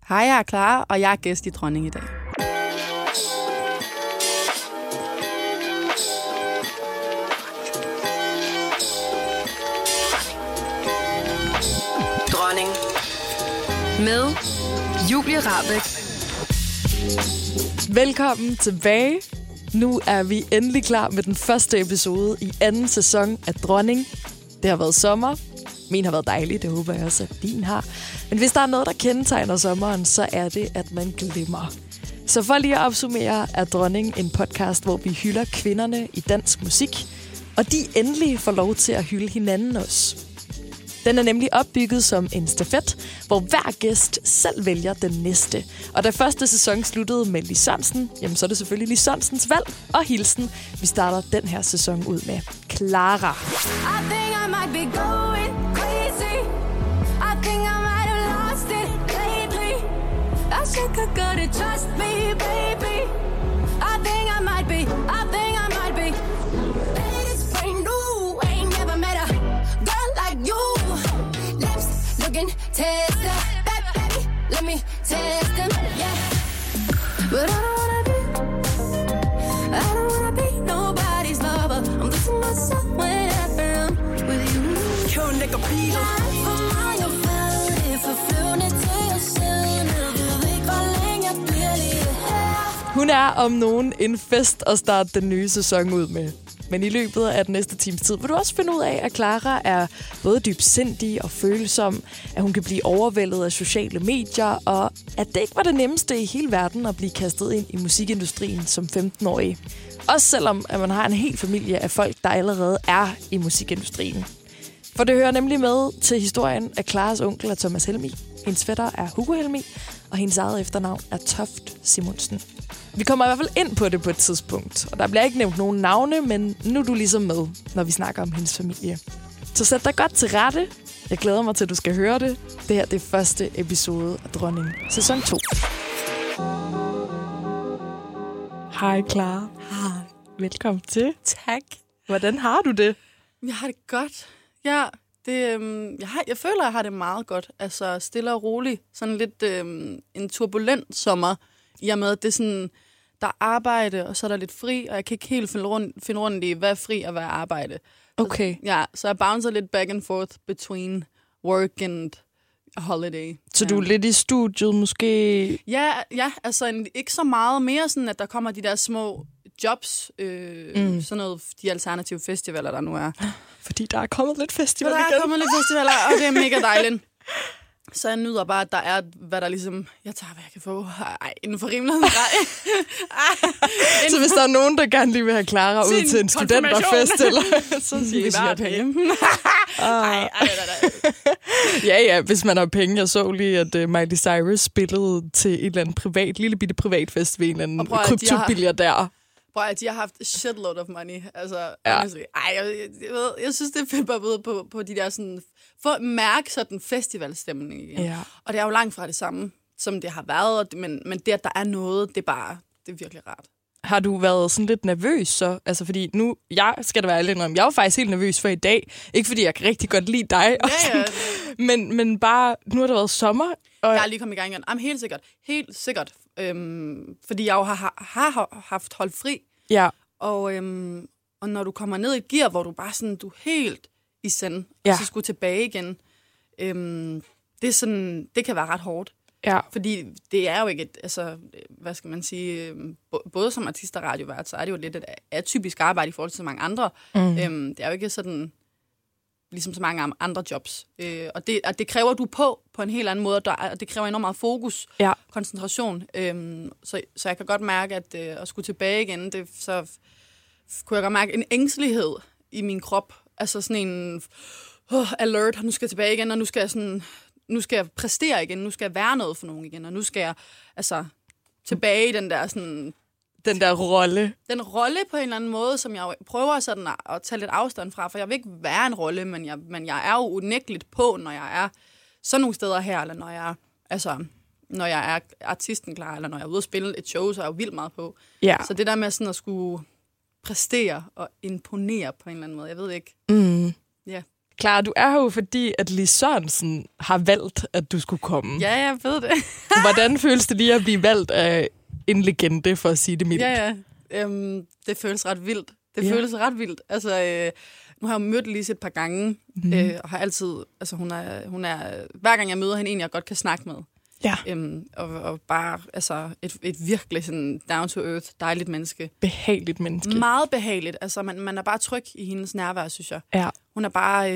Hej, jeg er Clara, og jeg er gæst i Dronning i dag. Dronning med Julie Rahbek. Velkommen tilbage. Nu er vi endelig klar med den første episode i anden sæson af Dronning. Det har været sommer. Min har været dejlig, det håber jeg også, at din har. Men hvis der er noget, der kendetegner sommeren, så er det, at man glemmer. Så for lige at opsummere, er Dronning en podcast, hvor vi hylder kvinderne i dansk musik, og de endelig får lov til at hylde hinanden også. Den er nemlig opbygget som en stafet, hvor hver gæst selv vælger den næste. Og da første sæson sluttede med Lis Sørensen, jamen så er det selvfølgelig Lis Sørensens valg og hilsen. Vi starter den her sæson ud med Clara. Test them, baby, let me test them, yeah. But I don't wanna be nobody's lover. I'm losing myself whenever I'm with you. Kør lækker biler. Jeg for mange fælde, forflyvende til at siden. Jeg ved ikke, hvor længe jeg bliver lige her. Hun er om nogen en fest at starte den nye sæson ud med. Men i løbet af den næste times tid vil du også finde ud af, at Clara er både dybsindig og følsom, at hun kan blive overvældet af sociale medier, og at det ikke var det nemmeste i hele verden at blive kastet ind i musikindustrien som 15-årig. Også selvom at man har en hel familie af folk, der allerede er i musikindustrien. For det hører nemlig med til historien, at Claras onkel er Thomas Helmig, hendes fætter er Hugo Helmig, og hendes eget efternavn er Toft Simonsen. Vi kommer i hvert fald ind på det på et tidspunkt, og der bliver ikke nævnt nogen navne, men nu er du ligesom med, når vi snakker om hendes familie. Så sæt dig godt til rette. Jeg glæder mig til, at du skal høre det. Det her det er første episode af Dronning, sæson 2. Hej Clara. Hej. Velkommen til. Tak. Hvordan har du det? Jeg har det godt. Ja, jeg føler, jeg har det meget godt. Altså stille og roligt. Sådan lidt en turbulent sommer. I og med, at det er sådan, der er arbejde, og så er der lidt fri, og jeg kan ikke helt finde rundt i, hvad er fri og hvad er arbejde. Okay. Så jeg bouncer lidt back and forth between work and holiday. Så du er lidt i studiet måske? Ja, altså ikke så meget mere sådan, at der kommer de der små jobs, sådan noget, de alternative festivaler, der nu er. Fordi der er kommet lidt festival igen. Der er kommet lidt festivaler, og det er mega dejligt. Så jeg nyder bare, at der er, hvad der ligesom... Jeg tager, hvad jeg kan få. Ej, inden for rimelighedens grej. Så hvis der er nogen, der gerne lige vil have Clara ud til en studenterfest, eller så siger vi bare penge. Ej. Ja, hvis man har penge. Jeg så lige, at Miley Cyrus spillede til et eller andet lille bitte privatfest ved en eller anden kryptobilliardær. Prøv at de har haft shitload of money. Altså, honestly. Jeg synes, det er fedt bare både på de der sådan... For at mærke sådan festivalstemning igen. Ja. Og det er jo langt fra det samme, som det har været. Men det, at der er noget, det er virkelig rart. Har du været sådan lidt nervøs så? Altså, fordi nu, jeg skal da være ærlig om, jeg var faktisk helt nervøs for i dag. Ikke fordi jeg kan rigtig godt lide dig. Ja. Men bare, nu har det været sommer. Og jeg er lige kommet i gang igen. Jamen, helt sikkert. Fordi jeg jo har haft holdt fri. Ja. Og når du kommer ned i et gear, hvor du bare sådan, du er helt i send, og så skulle tilbage igen, det er sådan, det kan være ret hårdt. Ja. Fordi det er jo ikke hvad skal man sige, både som artist og radiovært, så er det jo lidt et atypisk arbejde i forhold til så mange andre. Det er jo ikke sådan, ligesom så mange andre jobs. Og det kræver du på en helt anden måde, og det kræver enormt meget fokus, koncentration. Så jeg kan godt mærke, at skulle tilbage igen, så kunne jeg godt mærke en ængstelighed i min krop. Altså sådan en alert, nu skal jeg tilbage igen, og nu skal jeg præstere igen, nu skal jeg være noget for nogen igen, og nu skal jeg tilbage i den der sådan... Den der rolle. Den rolle på en eller anden måde, som jeg prøver sådan at tage lidt afstand fra, for jeg vil ikke være en rolle, men jeg er jo unægteligt på, når jeg er sådan nogle steder her, eller når jeg er artisten klar, eller når jeg er ude at spille et show, så er jeg jo vildt meget på. Ja. Så det der med sådan at skulle præstere og imponere på en eller anden måde, jeg ved ikke. Mm. Ja. Clara, du er her jo, fordi at Lis Sørensen har valgt, at du skulle komme. Ja, jeg ved det. Hvordan føles det lige at blive valgt af en legende, for at sige det mildt? Ja. Det føles ret vildt. Føles ret vildt. Altså, nu har jeg mødt Lis et par gange, og har altid... Altså, hun er... Hver gang jeg møder hende, en jeg godt kan snakke med. Ja. Og bare altså, et virkelig sådan down-to-earth, dejligt menneske. Behageligt menneske. Meget behageligt. Altså, man er bare tryg i hendes nærvær, synes jeg. Ja. Hun er bare...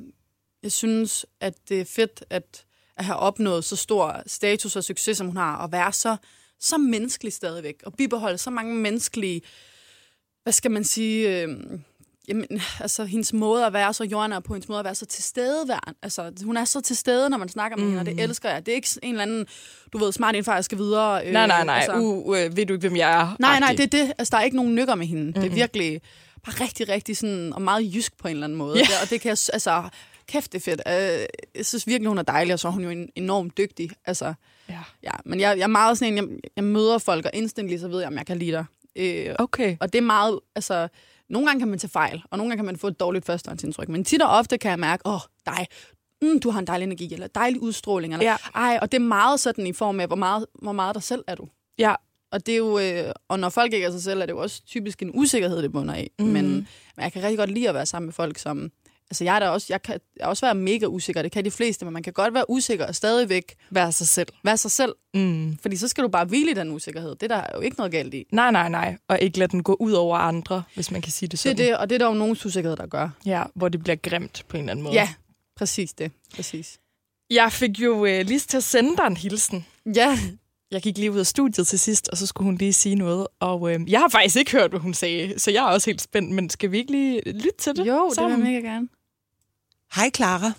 jeg synes, at det er fedt at have opnået så stor status og succes, som hun har, og være så menneskelig stadigvæk, og bibeholde så mange menneskelige... Hvad skal man sige... Jamen, altså, hendes måde at være så jordnær på, hendes måde at være så tilstedeværende. Altså, hun er så til stede, når man snakker med hende, og det elsker jeg. Det er ikke en eller anden, du ved, smart indfra, jeg skal videre. Nej. Altså, ved du ikke, hvem jeg er? Nej, det er det. Altså, der er ikke nogen nykker med hende. Det er virkelig bare rigtig sådan, og meget jysk på en eller anden måde. Yeah. Og det kan jeg, altså, kæft, det er fedt. Jeg synes virkelig, hun er dejlig, og så er hun jo enormt dygtig. Altså, ja. Men jeg er meget sådan en, jeg møder folk, og instantly, så ved jeg, om jeg kan lide dig. Okay. Og det er meget, altså... Nogle gange kan man tage fejl, og nogle gange kan man få et dårligt førstehåndsindtryk. Men tit og ofte kan jeg mærke, dig, du har en dejlig energi, eller dejlig udstråling. Eller, og det er meget sådan i form af, hvor meget dig selv er du. Ja. Og det er jo, og når folk ikke er sig selv, er det jo også typisk en usikkerhed, det bunder af. Men jeg kan rigtig godt lide at være sammen med folk, som... Altså jeg kan også være mega usikker, det kan de fleste, men man kan godt være usikker og stadigvæk... Være sig selv. Fordi så skal du bare hvile i den usikkerhed. Det der er jo ikke noget galt i. Nej. Og ikke lade den gå ud over andre, hvis man kan sige det sådan. Det er det, og det er der jo nogen usikkerhed, der gør. Ja, hvor det bliver grimt på en eller anden måde. Ja, præcis det. Præcis. Jeg fik jo Lis til at sende dig en hilsen. Ja. Jeg gik lige ud af studiet til sidst, og så skulle hun lige sige noget. Og jeg har faktisk ikke hørt, hvad hun sagde, så jeg er også helt spændt. Men skal vi ikke lige lytte til det? Jo, det vil jeg mega gerne. Hej Clara.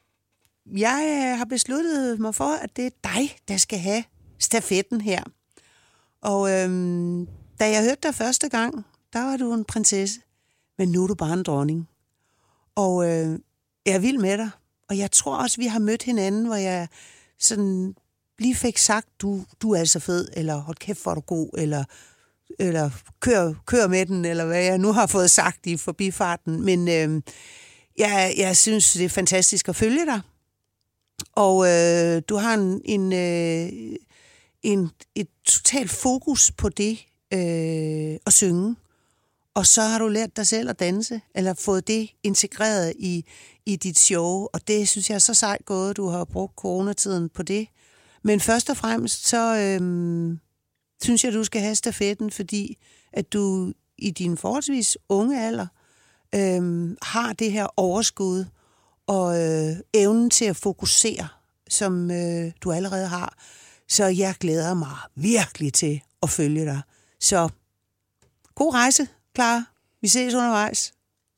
Jeg har besluttet mig for, at det er dig, der skal have stafetten her. Og da jeg hørte dig første gang, der var du en prinsesse. Men nu er du bare en dronning. Og jeg er vild med dig. Og jeg tror også, vi har mødt hinanden, hvor jeg sådan lige fik sagt, du er altså fed, eller hold kæft, hvor er du god, eller kør med den, eller hvad jeg nu har fået sagt i forbifarten. Men jeg synes, det er fantastisk at følge dig. Og du har et totalt fokus på det at synge. Og så har du lært dig selv at danse, eller fået det integreret i dit show. Og det synes jeg er så sejt gået, du har brugt coronatiden på det. Men først og fremmest, så synes jeg, du skal have stafetten, fordi at du i din forholdsvis unge alder har det her overskud og evnen til at fokusere, som du allerede har. Så jeg glæder mig virkelig til at følge dig. Så god rejse, Clara. Vi ses undervejs.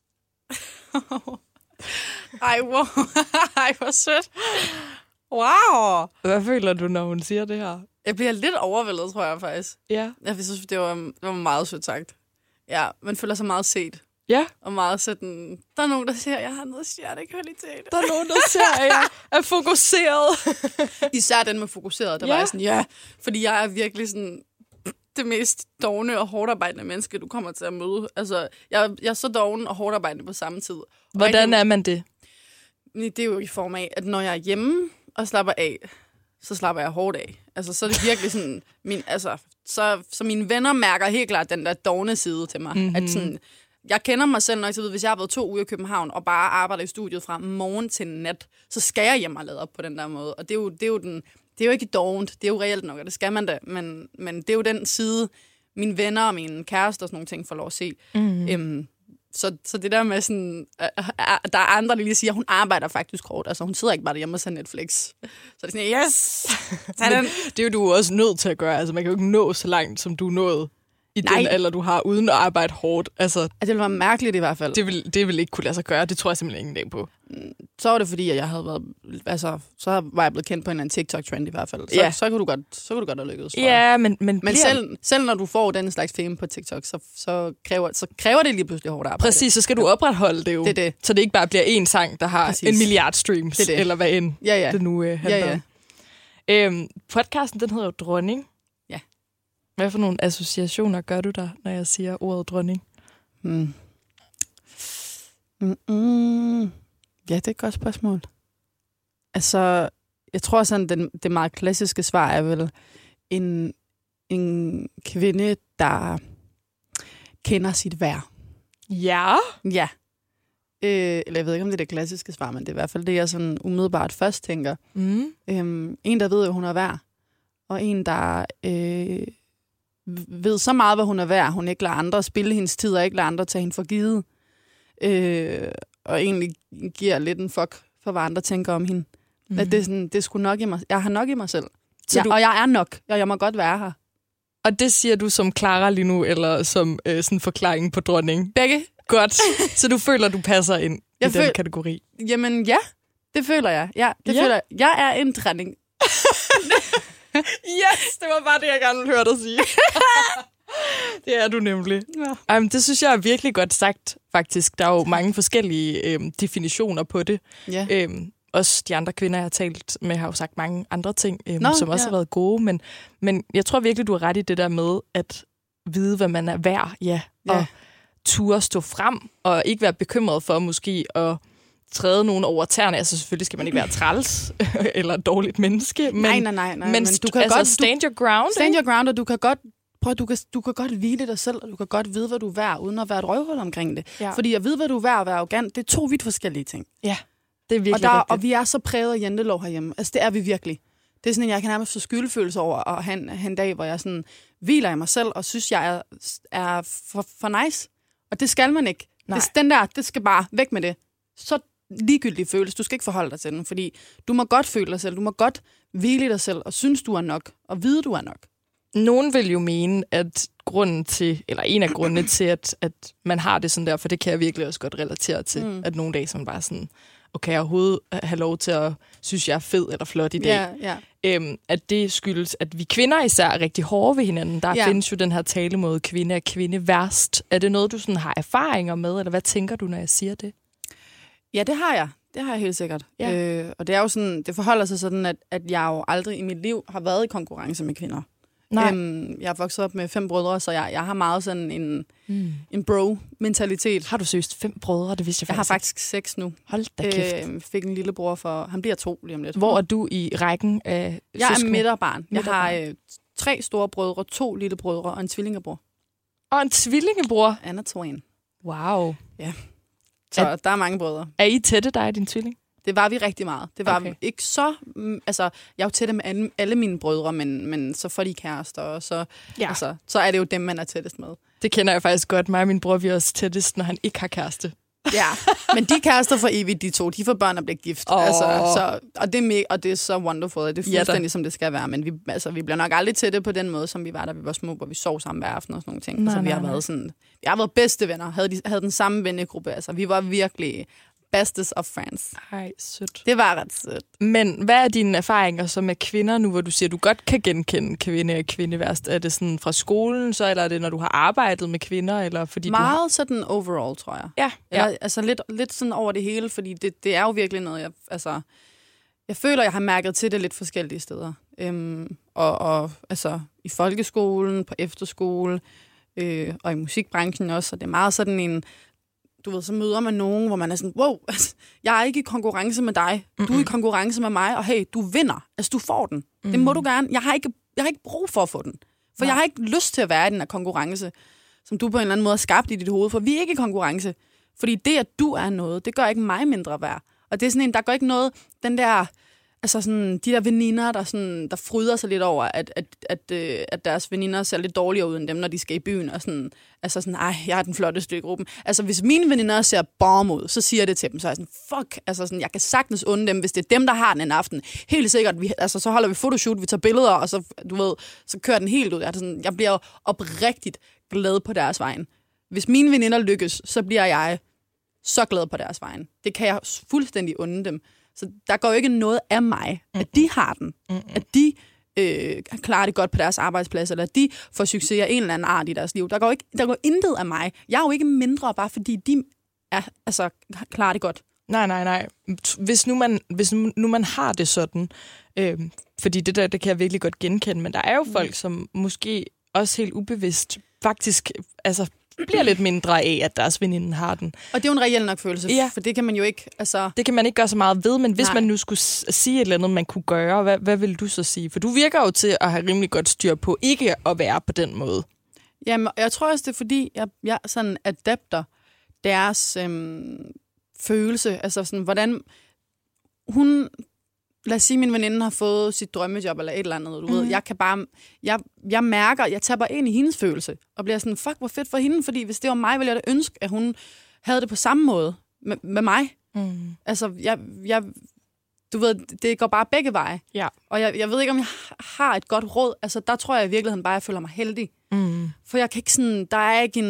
Ej, wow. Ej, hvor sødt. Wow. Hvad føler du, når hun siger det her? Jeg bliver lidt overvældet, tror jeg faktisk. Ja. Jeg synes, det var meget sødt sagt. Ja, man føler sig meget set. Ja. Og meget sådan, der er nogen, der siger, at jeg har noget stjernekvalitet. Der er nogen, der siger, at jeg er fokuseret. Især den med fokuseret, der var jeg sådan, fordi jeg er virkelig sådan det mest dovne og hårdarbejdende menneske, du kommer til at møde. Altså, jeg er så doven og hårdarbejdende på samme tid. Hvordan er man det? Det er jo i form af, at når jeg er hjemme og slapper af, så slapper jeg hårdt af. Altså, så er det virkelig sådan, så mine venner mærker helt klart den der dovne side til mig. Mm-hmm. At sådan, jeg kender mig selv, når jeg ved, hvis jeg har været 2 uger i København og bare arbejder i studiet fra morgen til nat, så skal jeg hjem og lade op på den der måde. Og det er jo ikke dovent, det er jo reelt nok, og det skal man da. Men det er jo den side, mine venner og mine kærester og sådan nogle ting får lov at se. Mm-hmm. Så det der med sådan, der er andre, der lige siger, at hun arbejder faktisk hårdt. Altså hun sidder ikke bare derhjemme og ser Netflix. Så det er sådan, yes! Det er jo du også nødt til at gøre. Altså man kan jo ikke nå så langt, som du er nået i den alder, du har, uden at arbejde hårdt. Altså, det ville være mærkeligt i hvert fald. Det vil ikke kunne lade sig gøre. Det tror jeg simpelthen ingen dag på. Så var det fordi, at jeg havde været... Altså, så var jeg blevet kendt på en TikTok-trend i hvert fald. Så kunne du godt have lykkedes. Ja, men selv når du får den slags fame på TikTok, så kræver det lige pludselig hårdt arbejde. Præcis, så skal du opretholde det jo. Det. Så det ikke bare bliver én sang, der har 1 milliard streams, eller hvad end det nu handler om. Podcasten, den hedder jo Dronning. Ja. Hvad for nogle associationer gør du der, når jeg siger ordet dronning? Ja, det er et godt spørgsmål. Altså, jeg tror sådan, det meget klassiske svar er vel en kvinde, der kender sit værd. Ja? Ja. Eller jeg ved ikke, om det er det klassiske svar, men det er i hvert fald det, jeg sådan umiddelbart først tænker. En, der ved, at hun er værd, og en, der ved så meget, hvad hun er værd, hun ikke lader andre spille hendes tid, og ikke lader andre tage hende for givet. Og egentlig giver lidt en fuck for, hvad andre tænker om hende. At det er sådan, det er sgu nok i mig. Jeg har nok i mig selv. Og jeg er nok, og jeg må godt være her. Og det siger du som Clara lige nu, eller som sådan forklaring på dronning? Begge. Godt. Så du føler, du passer ind i den kategori? Jamen ja, det føler jeg. Ja, det føler jeg. Jeg er en dronning. Yes, det var bare det, jeg gerne ville høre dig sige. Det er du nemlig. Ja. Det synes jeg er virkelig godt sagt, faktisk. Der er jo mange forskellige definitioner på det. Ja. Også de andre kvinder, jeg har talt med, har jo sagt mange andre ting, som også har været gode. Men jeg tror virkelig, du har ret i det der med at vide, hvad man er værd. Ja. Og turde stå frem, og ikke være bekymret for måske at træde nogen over tæerne. Altså selvfølgelig skal man ikke være træls eller et dårligt menneske. Men, nej. Men du kan godt stand your ground. Stand your ground, og du kan godt du kan godt hvile dig selv, og du kan godt vide, hvad du er værd, uden at være et røvhul omkring det. Ja. Fordi at vide, hvad du er værd og være arrogant, det er 2 vidt forskellige ting. Ja, det er virkelig rigtigt. Og vi er så præget af jantelov herhjemme. Altså, det er vi virkelig. Det er sådan, at jeg kan nærmest få skyldfølelse over at have en dag, hvor jeg sådan hviler i mig selv, og synes, jeg er for nice. Og det skal man ikke. Det skal bare væk med det. Så ligegyldig følelse. Du skal ikke forholde dig til den, fordi du må godt føle dig selv. Du må godt hvile i dig selv, og synes, du er nok, og vide, du er nok. Nogen vil jo mene, at en af grundene til, at man har det sådan der, for det kan jeg virkelig også godt relatere til, at nogle dage som bare sådan, okay, jeg overhovedet have lov til at synes, jeg er fed eller flot i dag. At det skyldes, at vi kvinder især er rigtig hårde ved hinanden. Der findes jo den her talemåde, kvinde er kvinde værst. Er det noget, du sådan har erfaringer med, eller hvad tænker du, når jeg siger det? Ja, det har jeg. Det har jeg helt sikkert. Ja. Og det er jo sådan, det forholder sig sådan, at jeg jo aldrig i mit liv har været i konkurrence med kvinder. Jeg er vokset op med 5 brødre, så jeg har meget sådan en bro-mentalitet. Har du seriøst 5 brødre? Det vidste jeg faktisk. Jeg har faktisk 6 nu. Hold da kæft. Fik en lillebror han bliver 2 lige om lidt. Hvor er du i rækken af Jeg er midterbarn. Jeg har 3 store brødre, 2 lillebrødre og en tvillingebror. Og en tvillingebror? Anna Twain. Wow. Ja. Så der er mange brødre. Er I tætte, dig og din tvilling? Det var vi rigtig meget. Det var ikke så... Altså, jeg er jo tætte med alle mine brødre, men så får de kærester, og så, så er det jo dem, man er tættest med. Det kender jeg faktisk godt. Mig og min bror, vi er også tættest, når han ikke har kæreste. Ja, men de kærester for evigt, de 2. De får børn og bliver gift. Og det er så wonderful. Det er fuldstændig, som det skal være. Men vi bliver nok aldrig tætte på den måde, som vi var, da vi var små, hvor vi sov sammen hver aften og sådan nogle ting. Så vi har været sådan... Vi har været bedste venner. Havde den samme vennegruppe. Altså, vi var virkelig... bestest of friends. Ej, sødt. Det var ret sødt. Men hvad er dine erfaringer så med kvinder nu, hvor du siger, at du godt kan genkende kvinde og kvindeværst? Er det sådan fra skolen, så, eller er det, når du har arbejdet med kvinder? Eller fordi meget sådan overall, tror jeg. Ja. Eller, altså lidt sådan over det hele, fordi det er jo virkelig noget, jeg føler, jeg har mærket til det lidt forskellige steder. Og altså i folkeskolen, på efterskole, og i musikbranchen også, og det er meget sådan en... Du ved, så møder man nogen, hvor man er sådan, wow, altså, jeg er ikke i konkurrence med dig. Du er i konkurrence med mig, og hey, du vinder. Altså, du får den. Det må du gerne. Jeg har ikke brug for at få den. For jeg har ikke lyst til at være i den her konkurrence, som du på en eller anden måde har skabt i dit hoved. For vi er ikke i konkurrence. Fordi det, at du er noget, det gør ikke mig mindre værd. Og det er sådan en, der går ikke noget, den der... Altså sådan, de der veninder, der fryder sig lidt over, at deres veninder ser lidt dårligere ud end dem, når de skal i byen. Og sådan, altså sådan, jeg er den flotteste i gruppen. Altså, hvis mine veninder ser bomb ud, så siger jeg det til dem. Så er jeg sådan, fuck, altså sådan, jeg kan sagtens unde dem, hvis det er dem, der har den en aften. Helt sikkert, så holder vi fotoshoot, vi tager billeder, og så, du ved, så kører den helt ud. Jeg bliver oprigtigt glad på deres vejen. Hvis mine veninder lykkes, så bliver jeg så glad på deres vejen. Det kan jeg fuldstændig unde dem. Så der går jo ikke noget af mig, at de har den. At de klarer det godt på deres arbejdsplads, eller at de får succes af en eller anden art i deres liv. Der går intet af mig. Jeg er jo ikke mindre, bare fordi de klarer det godt. Nej. Hvis nu man har det sådan, fordi det kan jeg virkelig godt genkende, men der er jo folk, som måske også helt ubevidst faktisk bliver lidt mindre af, at deres veninde har den. Og det er jo en reel nok følelse, for det kan man jo ikke... Altså... Det kan man ikke gøre så meget ved, men hvis man nu skulle sige et eller andet, man kunne gøre, hvad vil du så sige? For du virker jo til at have rimelig godt styr på ikke at være på den måde. Jamen, jeg tror også, det er fordi, jeg sådan adapter deres følelse. Altså sådan, hvordan hun... Lad os sige, at min veninde har fået sit drømmejob eller et eller andet, du ved. Jeg kan bare... Jeg mærker, jeg tapper ind i hendes følelse, og bliver sådan, fuck, hvor fedt for hende, fordi hvis det var mig, ville jeg da ønske, at hun havde det på samme måde med mig. Altså, du ved, det går bare begge veje. Ja. Og jeg ved ikke, om jeg har et godt råd. Altså, der tror jeg i virkeligheden bare, at jeg føler mig heldig. For jeg kan ikke sådan... Der er ikke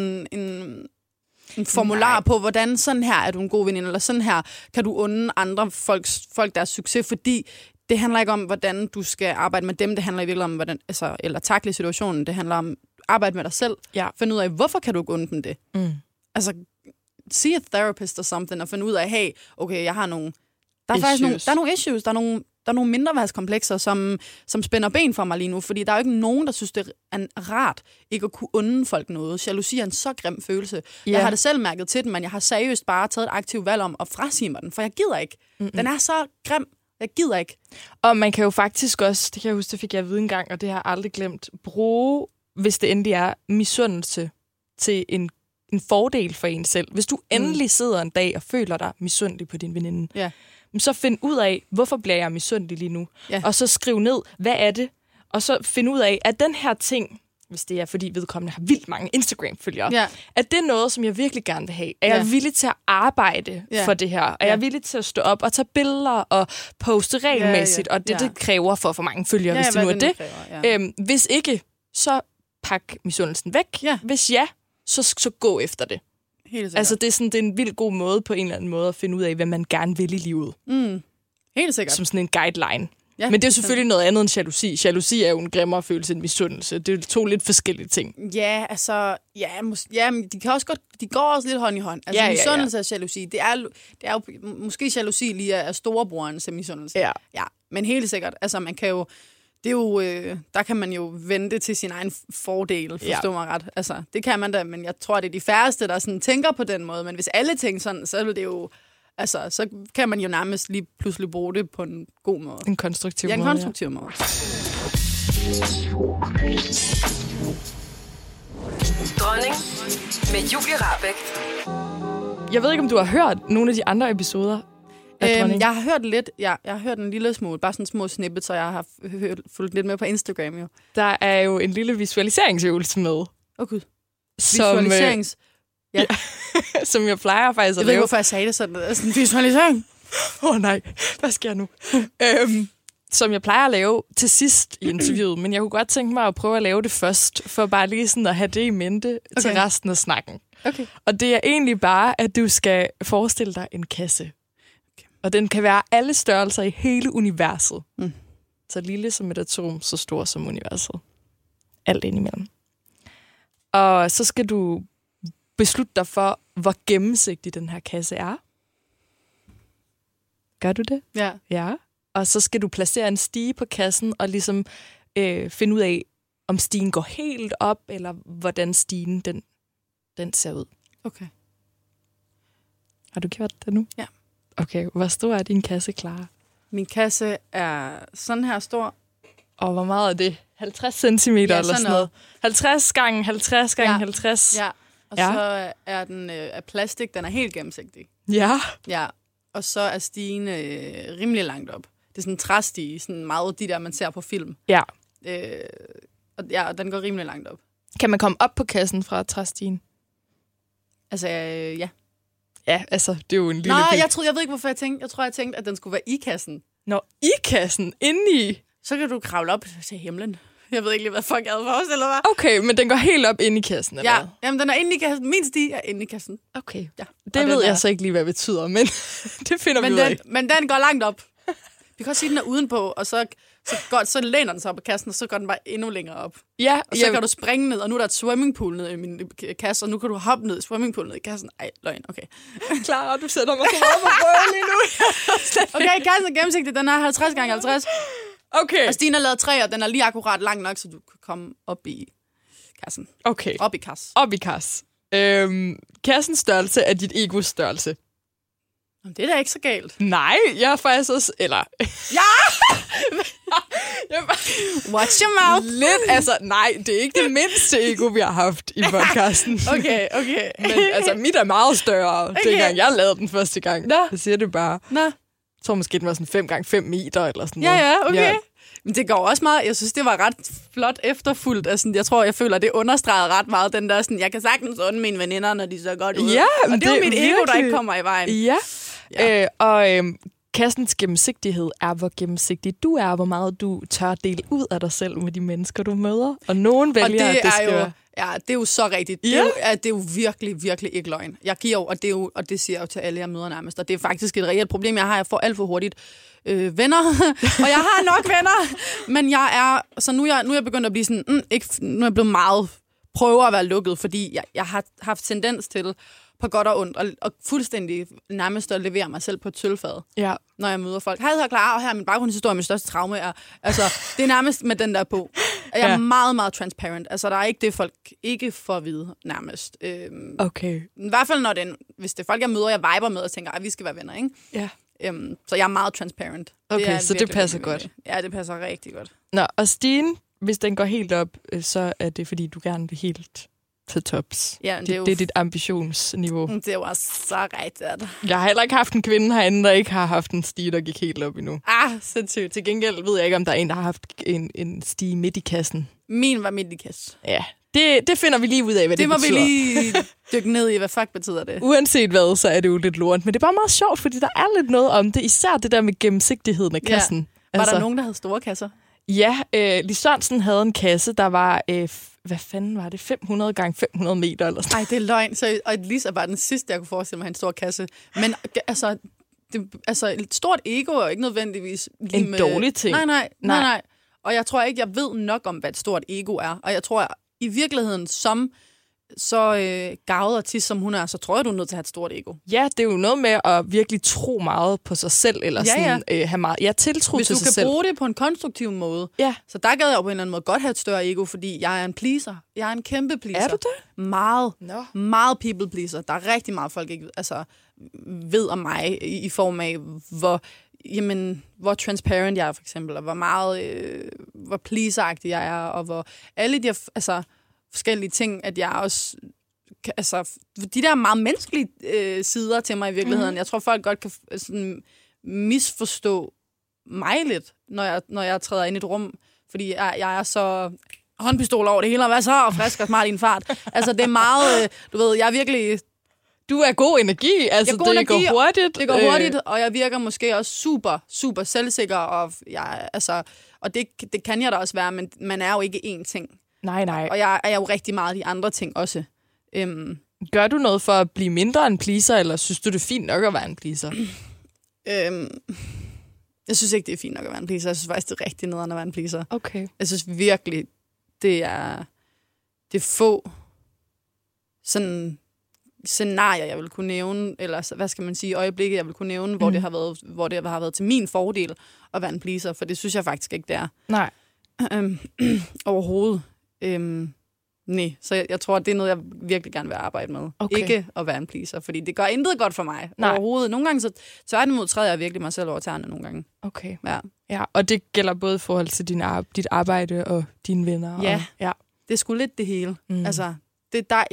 en formular på, hvordan sådan her er du en god veninde, eller sådan her kan du unde andre folk deres succes, fordi det handler ikke om, hvordan du skal arbejde med dem, det handler i virkeligheden om, hvordan, altså, eller takle situationen, det handler om arbejde med dig selv, finde ud af, hvorfor kan du ikke unde dem det? Altså, see a therapist or something, og finde ud af, hey, okay, jeg har nogle... Der er faktisk nogle issues, der er nogle mindreværdskomplekser, som spænder ben for mig lige nu, fordi der er jo ikke nogen, der synes, det er rart ikke at kunne unde folk noget. Jalousi er en så grim følelse. Jeg har det selv mærket til den, men jeg har seriøst bare taget et aktivt valg om at frasige mig den, for jeg gider ikke. Den er så grim. Jeg gider ikke. Og man kan jo faktisk også, det kan jeg huske, det fik jeg at vide engang, og det har jeg aldrig glemt, bruge, hvis det endelig er, misundelse til en fordel for en selv. Hvis du endelig sidder en dag og føler dig misundelig på din veninde, så find ud af, hvorfor bliver jeg misundelig lige nu? Og så skriv ned, hvad er det? Og så find ud af, at den her ting, hvis det er, fordi vedkommende har vildt mange Instagram-følgere, at det er noget, som jeg virkelig gerne vil have. Er jeg villig til at arbejde for det her? Er jeg villig til at stå op og tage billeder og poste regelmæssigt? Og det kræver for for mange følgere, hvis det nu er det. Kræver, hvis ikke, så pak misundelsen væk. Hvis så gå efter det. Altså, det er en vildt god måde på en eller anden måde at finde ud af, hvad man gerne vil i livet. Helt sikkert. Som sådan en guideline. Ja, men det er jo selvfølgelig noget andet end jalousi. Jalousi er jo en grimmere følelse end misundelse. Det er jo 2 lidt forskellige ting. Ja, altså... men de kan også godt... De går også lidt hånd i hånd. Altså, misundelse og jalousi. Det er jo... Måske jalousi lige er storebroren til misundelse. Ja. Men helt sikkert. Altså, man kan jo... Det er jo, der kan man jo vente til sin egen fordel, forstår mig ret. Altså, det kan man da, men jeg tror, det er de færreste, der sådan tænker på den måde. Men hvis alle tænker sådan, så er det jo... Altså, så kan man jo nærmest lige pludselig bruge det på en god måde. En konstruktiv måde. Ja, en konstruktiv måde. Dronning med Julie Rahbek. Jeg ved ikke, om du har hørt nogle af de andre episoder. Jeg har hørt lidt. Jeg har hørt en lille smule, bare sådan små snippets, så jeg har fulgt lidt med på Instagram jo. Der er jo en lille visualiseringsøvelse med. Okay. Visualiserings... Ja. Som jeg plejer faktisk at lave. Jeg ved ikke, hvorfor jeg sagde det sådan. Altså en visualisering. Nej, hvad sker nu? Som jeg plejer at lave til sidst i interviewet, men jeg kunne godt tænke mig at prøve at lave det først, for bare lige sådan at have det i mente til resten af snakken. Okay. Og det er egentlig bare, at du skal forestille dig en kasse. Okay. Og den kan være alle størrelser i hele universet. Så lille som et atom, så stor som universet. Alt indimellem. Og så skal du beslutte dig for, hvor gennemsigtig den her kasse er. Gør du det? Ja. Ja. Og så skal du placere en stige på kassen, og ligesom finde ud af, om stigen går helt op, eller hvordan stigen den ser ud. Okay. Har du gjort det nu? Ja. Okay, hvor stor er din kasse, Clara? Min kasse er sådan her stor. Og hvor meget er det? 50 centimeter eller sådan noget? 50 gange 50 gange 50? Ja. Og så er den af plastik, den er helt gennemsigtig. Ja. Ja, og så er stigen rimelig langt op. Det er sådan en træstige, sådan meget de der, man ser på film. Ja. Og den går rimelig langt op. Kan man komme op på kassen fra træstigen? Altså, ja. Ja, altså, det er jo en lille bil. Jeg ved ikke, hvorfor jeg tænkte. Jeg tror, jeg tænkte, at den skulle være i kassen. Nå, i kassen? Indeni? Så kan du kravle op til himlen. Jeg ved ikke lige, hvad folk havde forestillet mig. Okay, men den går helt op ind i kassen, eller hvad? Jamen, den er inde i kassen. Min stige er inde i kassen. Okay. Ja. Det ved jeg så ikke lige, hvad det betyder, men det finder vi ud af. Men den går langt op. Vi kan også sige, den er udenpå, og så læner den sig op på kassen, og så går den bare endnu længere op. Ja. Og så kan du springe ned, og nu er der et swimmingpool ned i min kasse, og nu kan du hoppe ned i swimmingpoolen ned i kassen. Ej, løgn, okay. Clara, du sætter mig så meget på prøve lige nu. Okay, kassen er gennemsigtig. Den er 50 gange 50. Okay. Og stigen er lavet 3, og den er lige akkurat lang nok, så du kan komme op i kassen. Okay. Op i kassen. Op i kassen. Kassens størrelse er dit egos størrelse. Det er da ikke så galt. Nej, jeg er faktisk også... Eller... Ja! Watch your mouth. Lidt, altså, nej, det er ikke det mindste ego, vi har haft i podcasten. Okay. Men altså, mit er meget større, dengang jeg lavede den første gang. Nå. Jeg siger det bare. Nå. Jeg tror måske, den var sådan 5x5 meter eller sådan Ja, noget. ja, okay. Ja. Men det går også meget, jeg synes, det var ret flot efterfulgt. Altså, jeg føler, det understregede ret meget den der sådan, jeg kan sagtens unde mine veninder, når de så godt ud. Ja, og det er jo mit virkelig... ego, der ikke kommer i vejen. Ja. Kassens gennemsigtighed er, hvor gennemsigtig du er, hvor meget du tør dele ud af dig selv med de mennesker, du møder. Og nogen vælger, at det skal være... Ja, det er jo så rigtigt. Det er jo virkelig, virkelig ikke løgn. Jeg giver jo, og det siger jeg jo til alle, jeg møder nærmest. Og det er faktisk et reelt problem, jeg har. Jeg får alt for hurtigt venner, og jeg har nok venner. Men jeg er, så nu er jeg begyndt at blive sådan, nu er jeg blevet meget, prøver at være lukket, fordi jeg har haft tendens til, på godt og ondt, og fuldstændig nærmest at levere mig selv på et sølvfad, når jeg møder folk. Hej, jeg hedder Clara, og her er min baggrundshistorie, min største traume er, altså, det er nærmest med den der på. Jeg er meget, meget transparent. Altså, der er ikke det, folk ikke får at vide, nærmest. Okay. I hvert fald, hvis det er folk, jeg møder, jeg viber med, og tænker, at vi skal være venner, ikke? Ja. Så jeg er meget transparent. Okay, så det passer godt. Ja, det passer rigtig godt. Nå, og stigen, hvis den går helt op, så er det, fordi du gerne vil helt til tops. Ja, det er dit ambitionsniveau. Det er jo også så rigtigt. Jeg har heller ikke haft en kvinde herinde, der ikke har haft en stige, der gik helt op endnu. Sindssygt. Til gengæld ved jeg ikke, om der er en, der har haft en stige midt i kassen. Min var midt i kassen. Ja, det finder vi lige ud af, hvad det betyder. Det må vi lige dykke ned i, hvad fuck betyder det. Uanset hvad, så er det jo lidt lort. Men det er bare meget sjovt, fordi der er lidt noget om det. Især det der med gennemsigtigheden af kassen. Ja. Var der nogen, der havde store kasser? Ja, Lis Sørensen havde en kasse, der var... hvad fanden var det? 500 gange 500 meter eller sådan. Nej, det er løgn. Og Lis er bare den sidste, jeg kunne forestille mig, en stor kasse. Men altså, et stort ego er ikke nødvendigvis... En dårlig ting. Nej. Og jeg tror ikke, jeg ved nok om, hvad et stort ego er. Og jeg tror, i virkeligheden, som så gavet artist, som hun er, så tror jeg, du er nødt til at have et stort ego. Ja, det er jo noget med at virkelig tro meget på sig selv, eller sådan have meget tiltro til sig selv. Hvis du kan bruge det på en konstruktiv måde, så der gad jeg jo på en eller anden måde godt have et større ego, fordi jeg er en pleaser. Jeg er en kæmpe pleaser. Er du det? Meget. Meget people pleaser. Der er rigtig meget folk ikke ved om mig i form af, hvor transparent jeg er, for eksempel, og hvor meget, hvor pleaseragtig jeg er, og hvor alle de forskellige ting, at jeg også... de der meget menneskelige sider til mig i virkeligheden. Jeg tror, folk godt kan misforstå mig lidt, når jeg træder ind i et rum, fordi jeg er så håndpistol over det hele, og hvad så? Og frisk og smart i en fart. Altså, det er meget... du ved, jeg er virkelig... Du er god energi, altså det går hurtigt. Det går hurtigt, og jeg virker måske også super, super selvsikker, og og det kan jeg da også være, men man er jo ikke én ting. Nej. Og jeg er jo rigtig meget de andre ting også. Gør du noget for at blive mindre en pleaser, eller synes du, det er fint nok at være en pleaser? Jeg synes ikke, det er fint nok at være en pleaser. Jeg synes faktisk, det er rigtig nederen at være en pleaser. Okay. Jeg synes virkelig, det er få sådan scenarier, jeg vil kunne nævne, eller hvad skal man sige, øjeblikke, jeg vil kunne nævne, hvor det har været til min fordel at være en pleaser, for det synes jeg faktisk ikke, det er. Nej. Overhovedet. Nej, så jeg tror, det er noget, jeg virkelig gerne vil arbejde med. Okay. Ikke at være en pleaser, fordi det gør intet godt for mig. Nej. Overhovedet. Nogle gange så tværtimod træder jeg virkelig mig selv over tæerne nogle gange. Okay. Ja, og det gælder både i forhold til dit arbejde og dine venner. Ja, ja. Det er sgu lidt det hele. Altså, det der,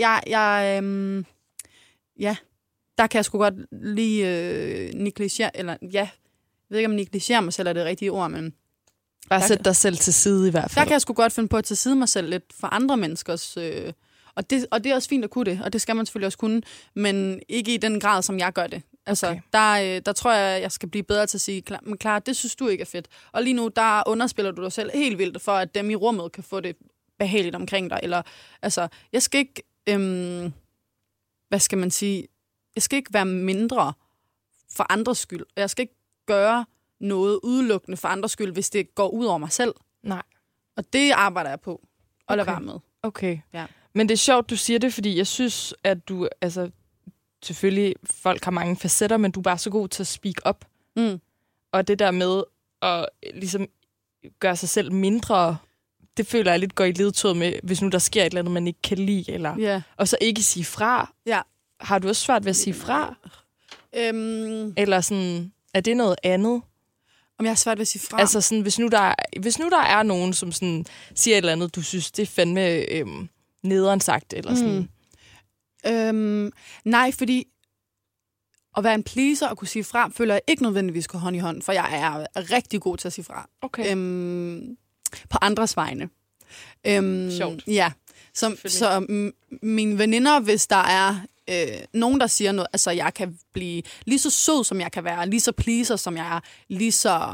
der kan jeg sgu godt lige negligere, eller jeg ved ikke, om negligere mig selv er det rigtige ord, men bare sætte dig selv til side i hvert fald. Der kan jeg sgu godt finde på at tage side mig selv lidt for andre menneskers... Og det er også fint at kunne det, og det skal man selvfølgelig også kunne, men ikke i den grad, som jeg gør det. Altså, okay. Der tror jeg skal blive bedre til at sige, men Clara, det synes du ikke er fedt. Og lige nu, der underspiller du dig selv helt vildt, for at dem i rummet kan få det behageligt omkring dig. Eller, altså, jeg skal ikke... hvad skal man sige? Jeg skal ikke være mindre for andres skyld. Jeg skal ikke gøre noget udelukkende for andres skyld, hvis det går ud over mig selv. Nej. Og det arbejder jeg på at lade være med. Okay. Ja. Men det er sjovt, du siger det, fordi jeg synes, at du, altså, selvfølgelig, folk har mange facetter, men du er bare så god til at speak up. Og det der med at ligesom gøre sig selv mindre det føler jeg lidt går i ledtråd med, hvis nu der sker et eller andet, man ikke kan lide, eller, og så ikke sige fra. Ja. Har du også svært ved at sige fra? Eller sådan, er det noget andet? Om jeg har svært ved at sige fra? Altså sådan, hvis nu der er nogen, som sådan siger et eller andet, du synes, det er fandme nederen sagt, eller sådan. Nej, fordi at være en pleaser og kunne sige fra, føler jeg ikke nødvendigvis går hånd i hånd, for jeg er rigtig god til at sige fra. Okay. På andres vegne. Sjovt. Ja. Så mine veninder, hvis der er nogen, der siger noget, altså jeg kan blive lige så sød, som jeg kan være, lige så pleaser, som jeg er, lige så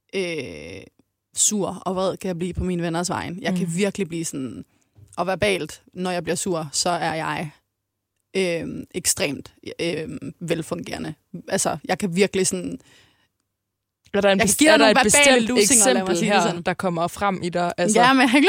sur og vred kan jeg blive på mine venners vegne. Jeg kan virkelig blive sådan, og verbalt, når jeg bliver sur, så er jeg ekstremt velfungerende. Altså, jeg kan virkelig sådan... Er der et bestemt eksempel her, der kommer frem i dig? Altså. Ja, men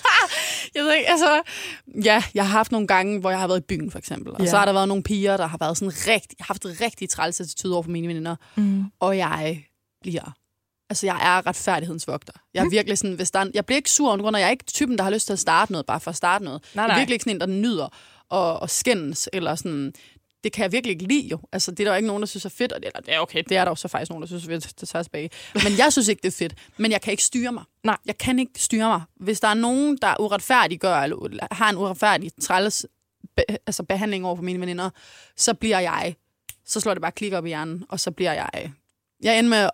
jeg ved ikke, altså... Ja, jeg har haft nogle gange, hvor jeg har været i byen, for eksempel. Og så har der været nogle piger, der har været sådan haft rigtig træls attitude over for mine veninder. Og jeg bliver... Altså, jeg er retfærdighedsvogter. Jeg er virkelig sådan... Jeg bliver ikke sur, når jeg er ikke typen, der har lyst til at starte noget, bare for at starte noget. Nej. Jeg er virkelig ikke sådan en, der nyder og skændes, eller sådan... Det kan jeg virkelig ikke lide, jo. Altså, det er der jo ikke nogen, der synes er fedt. Eller, det er okay, det er der jo så faktisk nogen, der synes er fedt, det tager tilbage. Men jeg synes ikke, det er fedt. Men jeg kan ikke styre mig. Nej. Jeg kan ikke styre mig. Hvis der er nogen, der uretfærdiggør, eller har en uretfærdig træls behandling over for mine veninder, så slår det bare klik op i hjernen, og så bliver jeg... Jeg ender med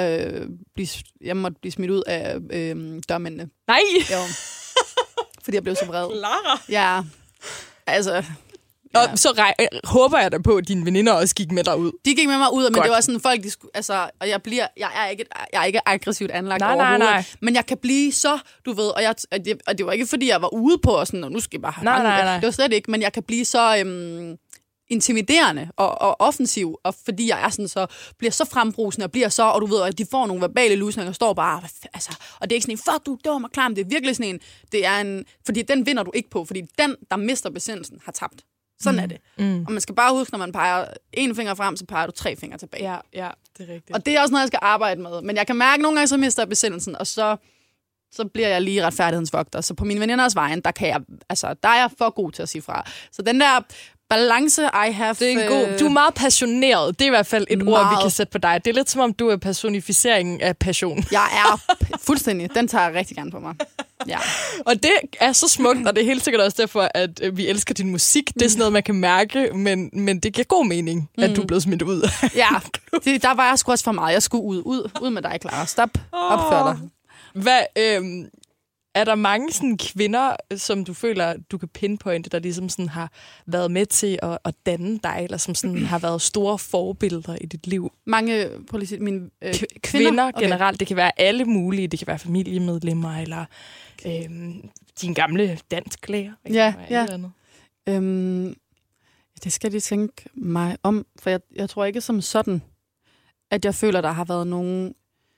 at jeg måtte blive smidt ud af dørmændene. Nej! Jo. Fordi jeg blev så vred. Clara! Ja, altså... Ja. Og så håber jeg da på, at dine veninder også gik med dig ud. De gik med mig ud, men det var sådan folk, de skulle... Altså, og jeg er ikke aggressivt anlagt overhovedet. Nej. Men jeg kan blive så, du ved... Og det var ikke, fordi jeg var ude på, og sådan, og nu skal jeg bare have nej. Det var slet ikke, men jeg kan blive så... intimiderende og offensiv, og fordi jeg er sådan så, bliver så frembrusende og bliver så, og du ved, at de får nogle verbale lusninger og står bare, altså, og det er ikke sådan en, fuck du, dum og klam, det er virkelig sådan en, fordi den vinder du ikke på, fordi den, der mister besindelsen, har tabt. Sådan er det. Og man skal bare huske, når man peger en finger frem, så peger du 3 fingre tilbage. Ja, det er rigtigt. Og det er også noget, jeg skal arbejde med, men jeg kan mærke, at nogle gange så mister jeg besindelsen, og så bliver jeg lige retfærdighedsvogter. Så på mine veninders vejen, der er jeg for god til at sige fra. Så den der balance, I have... Det er en god... Du er meget passioneret. Det er i hvert fald et ord, vi kan sætte på dig. Det er lidt som om, du er personificeringen af passion. Jeg er fuldstændig. Den tager jeg rigtig gerne på mig. Ja. Og det er så smukt, og det er helt sikkert også derfor, at vi elsker din musik. Det er sådan noget, man kan mærke, men det giver god mening, at du er blevet smidt ud. Ja, der var jeg sgu også for meget. Jeg skulle ud med dig, Clara. Stop. Opfør dig. Er der mange sådan kvinder, som du føler, du kan pinpointe, der ligesom sådan har været med til at danne dig, eller som sådan har været store forbilleder i dit liv? Mange mine kvinder generelt. Okay. Det kan være alle mulige. Det kan være familiemedlemmer, eller din gamle dansklærer. Ja. Det skal de tænke mig om, for jeg tror ikke som sådan, at jeg føler, der har været nogen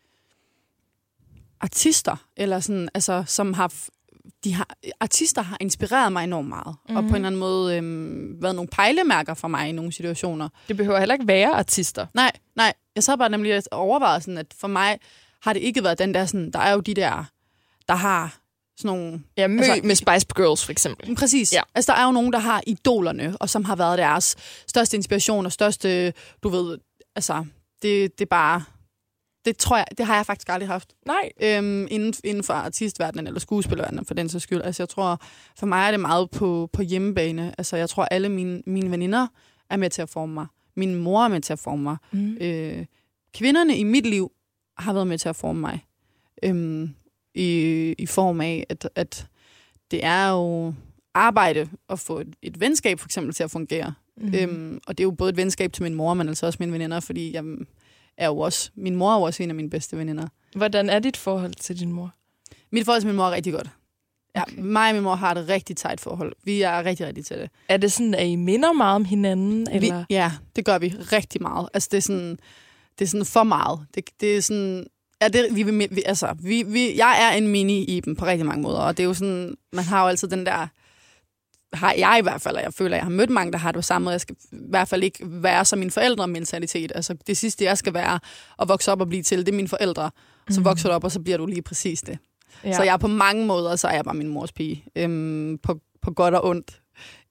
artister, eller sådan, altså, som artister har inspireret mig enormt meget, og på en eller anden måde været nogle pejlemærker for mig i nogle situationer. Det behøver heller ikke være artister. Nej. Jeg sad bare nemlig at overveje sådan, at for mig har det ikke været den der sådan, der er jo de der har sådan nogle... Ja, med Spice Girls for eksempel. Præcis. Ja. Altså, der er jo nogen, der har idolerne, og som har været deres største inspiration og største, du ved, altså, det er bare... Det tror jeg, det har jeg faktisk aldrig haft. Nej. Inden for artistverdenen eller skuespillerverdenen, for den så skyld. Altså, jeg tror, for mig er det meget på hjemmebane. Altså, jeg tror, alle mine veninder er med til at forme mig. Min mor er med til at forme mig. Kvinderne i mit liv har været med til at forme mig. I form af, at det er jo arbejde at få et venskab, for eksempel, til at fungere. Og det er jo både et venskab til min mor, men altså også mine veninder, fordi min mor er jo også en af mine bedste veninder. Hvordan er dit forhold til din mor? Mit forhold til min mor er rigtig godt. Ja, okay. Mig og min mor har et rigtig tæt forhold. Vi er rigtig, rigtig tætte. Er det sådan, at I minder meget om hinanden? Eller? Ja, det gør vi rigtig meget. Altså, det er sådan for meget. Det er sådan... Ja, jeg er en mini-Iben på rigtig mange måder, og det er jo sådan... Man har jo altid den der... Har jeg i hvert fald, og jeg føler, at jeg har mødt mange, der har det samme, og jeg skal i hvert fald ikke være som mine forældre mentalitet. Altså, det sidste, jeg skal være og vokse op og blive til, det er mine forældre. Så vokser du op, og så bliver du lige præcis det. Ja. Så jeg er på mange måder, så er jeg bare min mors pige. På godt og ondt.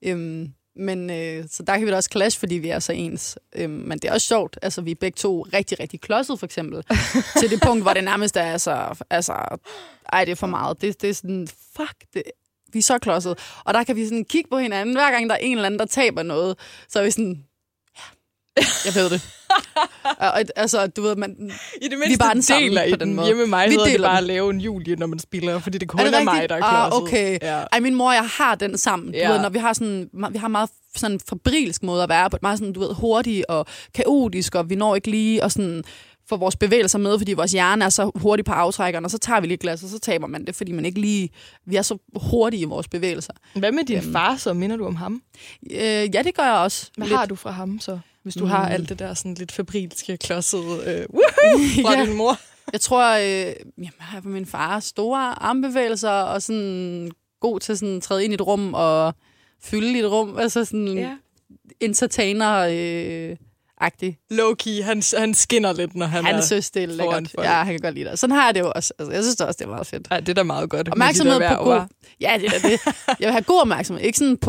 Men så der kan vi da også clash, fordi vi er så ens. Men det er også sjovt. Altså, vi er begge to rigtig, rigtig klodset, for eksempel. Til det punkt, hvor det nærmest er det er for meget. Det er sådan, vi er så klodset. Og der kan vi sådan kigge på hinanden. Hver gang der er en eller anden, der taber noget, så er vi sådan, jeg ved det. Altså, du ved, i det mindste vi deler på den måde. Hjemme med mig hedder det bare at lave en Julie, når man spiller, fordi det kun er mig, der er klodset. Okay. Ja. Ej, min mor og jeg har den sammen. Du ved, når vi har meget sådan fabrilsk måde at være på, meget sådan, du ved, hurtig og kaotisk, og vi når ikke lige og sådan få vores bevægelser med, fordi vores hjerne er så hurtig på aftrækkeren, og så tager vi lige glas, og så taber man det, fordi man ikke lige... Vi er så hurtige i vores bevægelser. Hvad med din far, så minder du om ham? Ja, det gør jeg også. Hvad har du fra ham, så? Hvis du har alt det der sådan lidt fabrilske, klodsede fra din mor. Jeg tror, jeg har på min far store armbevægelser, og sådan god til sådan træde ind i et rum, og fylde i et rum. Altså sådan entertainer... agtig. Low-key, han skinner lidt, når han synes, det er lækkert. Ja, han kan godt lide det. Sådan har jeg det jo også. Altså, jeg synes det også, det er meget fedt. Ja, det er da meget godt. Opmærksomhed på god... Ja, det er det. Jeg vil have god opmærksomhed. Ikke sådan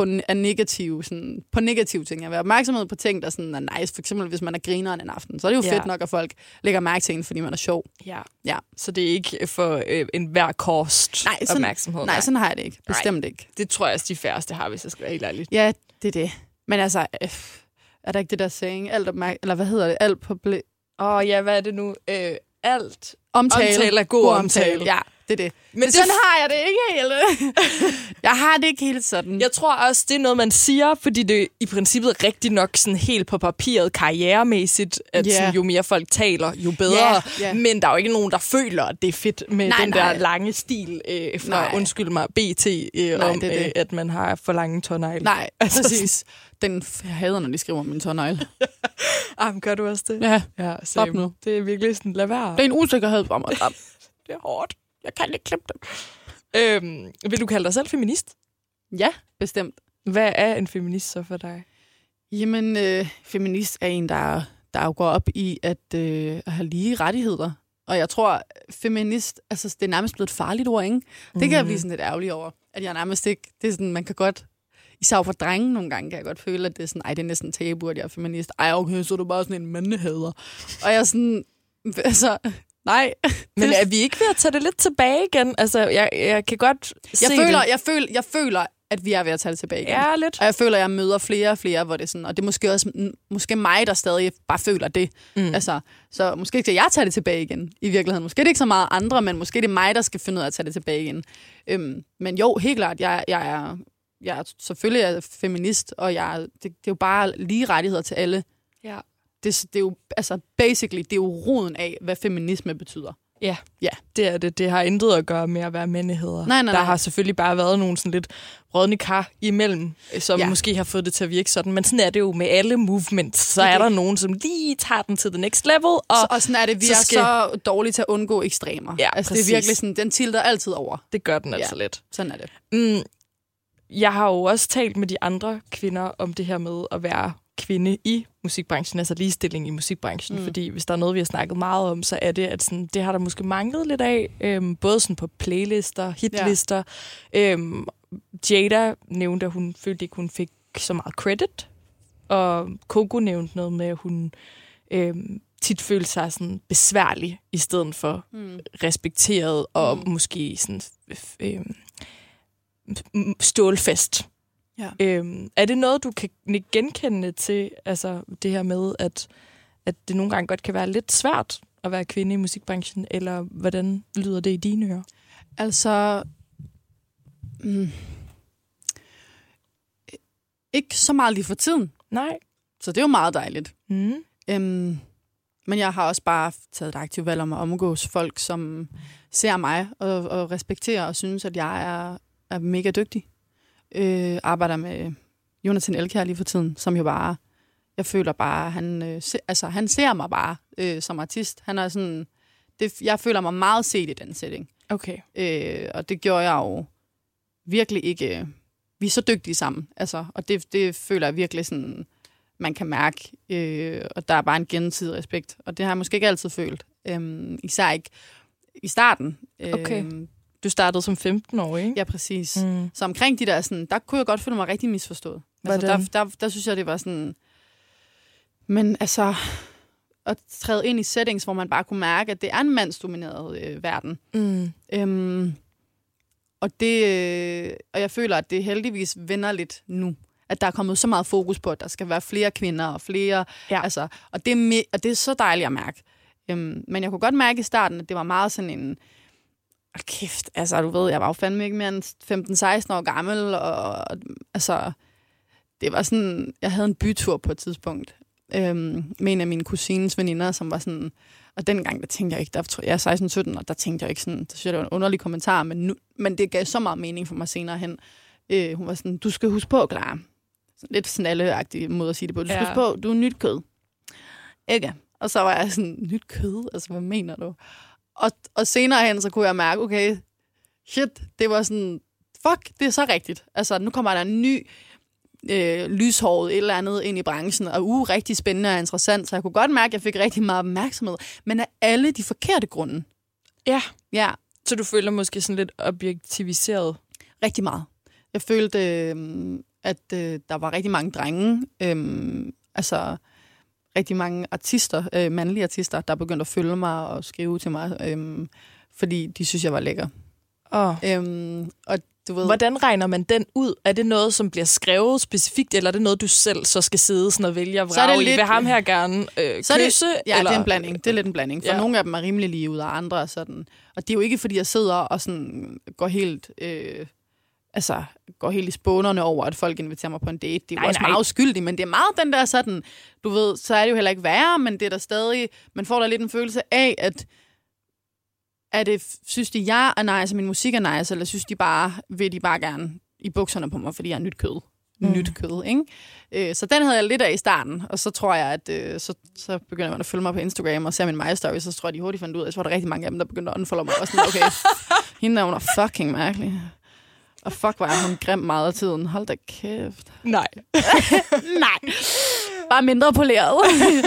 på negative ting. Jeg vil have opmærksomhed på ting, der sådan er nice. For eksempel, hvis man er grineren en aften, så er det jo fedt nok, at folk lægger mærke til en, fordi man er sjov. Ja. Så det er ikke for en hver kost opmærksomhed? Nej, sådan har jeg det ikke. Bestemt ikke. Det tror jeg også, de færreste har, hvis jeg skal være helt ærlig. Ja, det er det. Men altså... Er der ikke det der saying? Eller hvad hedder det? Alt på hvad er det nu? Alt omtale er god omtale. Ja, det er det. Men sådan har jeg det ikke helt. Jeg har det ikke helt sådan. Jeg tror også, det er noget, man siger, fordi det er i princippet rigtig nok sådan helt på papiret karrieremæssigt, at sådan, jo mere folk taler, jo bedre. Yeah. Men der er jo ikke nogen, der føler, at det er fedt med der lange stil fra, undskyld mig, BT, om at man har for lange tånegle. Nej, altså, præcis. Jeg hader, når de skriver om min tånegle. Gør du også det? Ja, stop nu. Det er virkelig sådan, lad være. Det er en usikkerhed for mig. Det er hårdt. Jeg kan ikke klippe dem. Vil du kalde dig selv feminist? Ja, bestemt. Hvad er en feminist så for dig? Jamen, feminist er en, der jo går op i at have lige rettigheder. Og jeg tror, feminist, altså det er nærmest blevet et farligt ord, ikke? Det kan jeg blive sådan lidt ærgerlig over. At jeg nærmest ikke, det er sådan, man kan godt... Især for drenge nogle gange kan jeg godt føle, at det er sådan, det er næsten tabu, at jeg er feminist. Okay, så er du bare sådan en mandehader. Og jeg er sådan, altså, nej. Men er vi ikke ved at tage det lidt tilbage igen? Altså, jeg kan godt jeg føler, at vi er ved at tage det tilbage igen. Ja, lidt. Og jeg føler, at jeg møder flere og flere, hvor det er sådan, og det er måske også mig, der stadig bare føler det. Altså, så måske skal jeg tage det tilbage igen, i virkeligheden. Måske er det ikke så meget andre, men måske er det mig, der skal finde ud af at tage det tilbage igen. Men jo, helt klart, jeg er selvfølgelig feminist, og det er jo bare lige rettigheder til alle. Ja. Det er jo, altså basically, det er jo roden af, hvad feminisme betyder. Ja, det er det. Det har intet at gøre med at være menneskeheder. Nej. Der har selvfølgelig bare været nogle sådan lidt rådne kar imellem, som måske har fået det til at virke sådan. Men sådan er det jo med alle movements. Så er der nogen, som lige tager den til the next level. Og sådan er det. Vi er så dårlige til at undgå ekstremer. Ja, altså, det er virkelig sådan, den tilter altid over. Det gør den altså lidt. Sådan er det. Jeg har jo også talt med de andre kvinder om det her med at være kvinde i musikbranchen, altså ligestilling i musikbranchen, fordi hvis der er noget, vi har snakket meget om, så er det, at sådan, det har der måske manglet lidt af, både sådan på playlister, hitlister. Jada nævnte, at hun følte ikke, hun fik så meget credit, og Coco nævnte noget med, at hun tit følte sig sådan besværlig, i stedet for respekteret, og måske sådan... stålfast. Ja. Er det noget, du kan genkende til, altså det her med, at det nogle gange godt kan være lidt svært at være kvinde i musikbranchen, eller hvordan lyder det i dine ører? Altså, ikke så meget lige for tiden. Nej. Så det er jo meget dejligt. Men jeg har også bare taget et aktivt valg om at omgås folk, som ser mig og respekterer og synes, at jeg er mega dygtig. Arbejder med Jonathan Elkjær lige for tiden, som jo bare, jeg føler bare, han ser mig bare som artist. Han er sådan, jeg føler mig meget set i den setting. Okay. Og det gjorde jeg jo virkelig ikke. Vi er så dygtige sammen, altså, og det føler jeg virkelig sådan, man kan mærke, og der er bare en gensidig respekt, og det har jeg måske ikke altid følt. Især ikke i starten. Okay. Du startede som 15-årig, ikke? Ja, præcis. Så omkring de der, sådan, der kunne jeg godt føle mig rigtig misforstået. Altså, der synes jeg, det var sådan... Men altså, at træde ind i settings, hvor man bare kunne mærke, at det er en mandsdomineret verden. Og jeg føler, at det heldigvis vender lidt nu. At der er kommet så meget fokus på, at der skal være flere kvinder og flere... Ja. Altså, og det er så dejligt at mærke. Men jeg kunne godt mærke i starten, at det var meget sådan en... Kæft, altså du ved, jeg var jo fandme ikke mere end 15-16 år gammel, og altså... Det var sådan... Jeg havde en bytur på et tidspunkt med en af mine kusines veninder, som var sådan... Og dengang, der tænkte jeg ikke... Jeg er 16-17, og der tænkte jeg ikke sådan... Der synes jeg, det var en underlig kommentar, men det gav så meget mening for mig senere hen. Hun var sådan, du skal huske på, Clara. Lidt snalleagtig måde at sige det på. Du skal huske på, du er nyt kød. Ikke? Og så var jeg sådan, nyt kød? Altså, hvad mener du? Og senere hen, så kunne jeg mærke, okay, shit, det var sådan, fuck, det er så rigtigt. Altså, nu kommer der en ny lyshåret et eller andet ind i branchen, og rigtig spændende og interessant, så jeg kunne godt mærke, at jeg fik rigtig meget opmærksomhed. Men af alle de forkerte grunde. Ja. Så du føler måske sådan lidt objektiviseret? Rigtig meget. Jeg følte, at der var rigtig mange drenge, altså rigtig mange artister, mandlige artister, der begyndte at følge mig og skrive til mig, fordi de synes, jeg var lækker. Og du ved, hvordan regner man den ud? Er det noget, som bliver skrevet specifikt, eller er det noget, du selv så skal sidde sådan og vælge at vrage i? Vil ham her gerne kysse? Ja, det er en blanding. Det er lidt en blanding. For nogle af dem er rimelig lige ud, og andre er sådan. Og det er jo ikke, fordi jeg sidder og sådan går helt... går helt i spånerne over, at folk inviterer mig på en date. Det er jo også meget uskyldigt, men det er meget den der sådan, du ved, så er det jo heller ikke værre, men det er der stadig, man får da lidt en følelse af, at synes de, jeg er nice, og min musik er nice, eller synes de bare, vil de bare gerne i bukserne på mig, fordi jeg er nyt kød. Nyt kød, ikke? Så den havde jeg lidt af i starten, og så tror jeg, at så begynder man at følge mig på Instagram og se min MyStory, så tror jeg, de hurtigt fandt ud af, jeg tror, der er rigtig mange af dem, der begyndte at unfollow mig, og sådan, okay, hende er hun fucking mærkelig. Og fuck, var hun grim meget af tiden. Hold da kæft. Nej. Nej. Bare mindre poleret.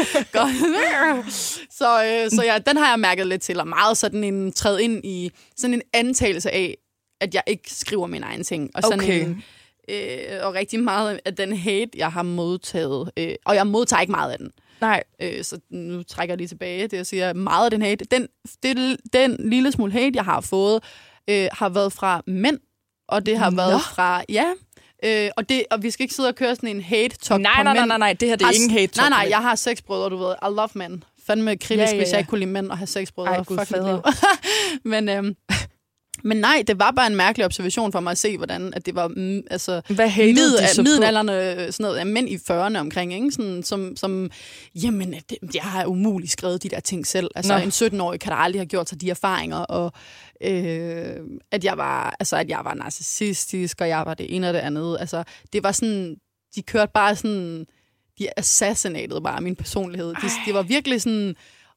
Så ja, den har jeg mærket lidt til, og meget sådan en træd ind i sådan en antagelse af, at jeg ikke skriver mine egne ting. Og sådan og rigtig meget af den hate, jeg har modtaget. Og jeg modtager ikke meget af den. Nej. Så nu trækker jeg lige tilbage. Det jeg siger, meget af den hate. Den lille smule hate, jeg har fået, har været fra mænd. Og det har været fra, og vi skal ikke sidde og køre sådan en hate-talk på mænd. Nej, det her det er ingen hate-talk. Nej, jeg har 6 brødre, du ved. I love men. Fandme kritisk, hvis jeg ikke kunne lide mænd og have 6 brødre. Ej, fuck mit liv. Men nej, det var bare en mærkelig observation for mig at se, hvordan at det var middelaldrende sådan noget, mænd i 40'erne omkring, ikke? Sådan, som jamen, jeg har umuligt skrevet de der ting selv. Altså, en 17-årig kan da aldrig have gjort sig de erfaringer, og at jeg var narcissistisk, og jeg var det ene og det andet. Altså, det var sådan, de kørte bare sådan, de assassinatede bare min personlighed. Det var virkelig sådan...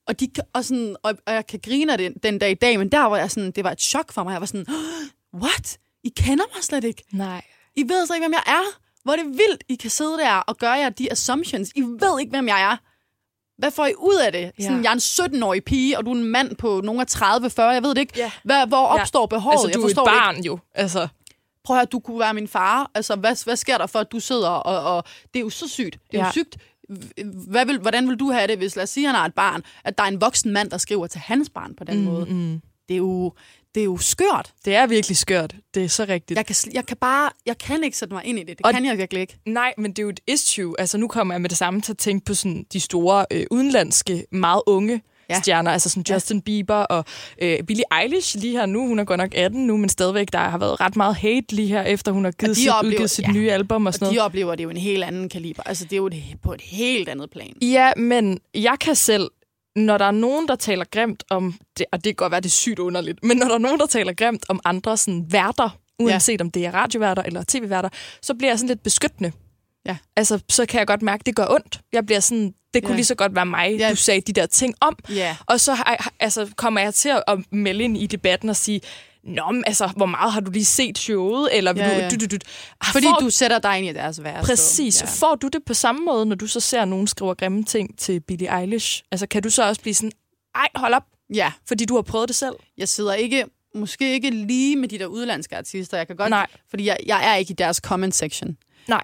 Og jeg kan grine af det den dag i dag, men der var jeg sådan, det var et chok for mig. Jeg var sådan, what? I kender mig slet ikke? Nej. I ved så ikke, hvem jeg er? Hvor er det vildt, I kan sidde der og gøre jer de assumptions. I ved ikke, hvem jeg er. Hvad får I ud af det? Sådan, jeg er en 17-årig pige, og du er en mand på nogle af 30-40, jeg ved det ikke. Yeah. Hvor opstår behovet? Altså, du er et barn jo. Altså. Prøv at høre, du kunne være min far. Altså, hvad sker der for, at du sidder og det er jo så sygt. Det er jo sygt. Hvordan vil du have det, hvis, lad os sige, han har et barn, at der er en voksen mand, der skriver til hans barn på den måde? Det er jo skørt. Det er virkelig skørt. Det er så rigtigt. Jeg kan ikke sætte mig ind i det. Kan jeg virkelig ikke. Nej, men det er jo et issue. Altså, nu kommer jeg med det samme til at tænke på sådan de store udenlandske, meget unge stjerner, altså sådan Justin Bieber og Billie Eilish lige her nu. Hun er godt nok 18 nu, men stadigvæk, der har været ret meget hate lige her, efter hun har udgivet sit nye album og sådan noget. Og de oplever det jo en helt anden kaliber. Altså, det er jo på et helt andet plan. Ja, men jeg kan selv, når der er nogen, der taler grimt om, det, og det kan godt være, det er sygt underligt, men når der er nogen, der taler grimt om andre sådan værter, uanset om det er radioværter eller tv-værter, så bliver jeg sådan lidt beskyttende. Ja. Altså, så kan jeg godt mærke, at det gør ondt. Jeg bliver sådan, det kunne lige så godt være mig, du sagde de der ting om. Yeah. Og så kommer jeg til at melde ind i debatten og sige, nå, men altså, hvor meget har du lige set showet? Eller fordi du sætter dig ind i deres værelse. Præcis. Ja. Får du det på samme måde, når du så ser nogen skrive grimme ting til Billie Eilish? Altså, kan du så også blive sådan, ej, hold op? Ja. Fordi du har prøvet det selv? Jeg sidder ikke måske ikke lige med de der udlandske artister. Jeg kan godt, fordi jeg er ikke i deres comment section. Nej.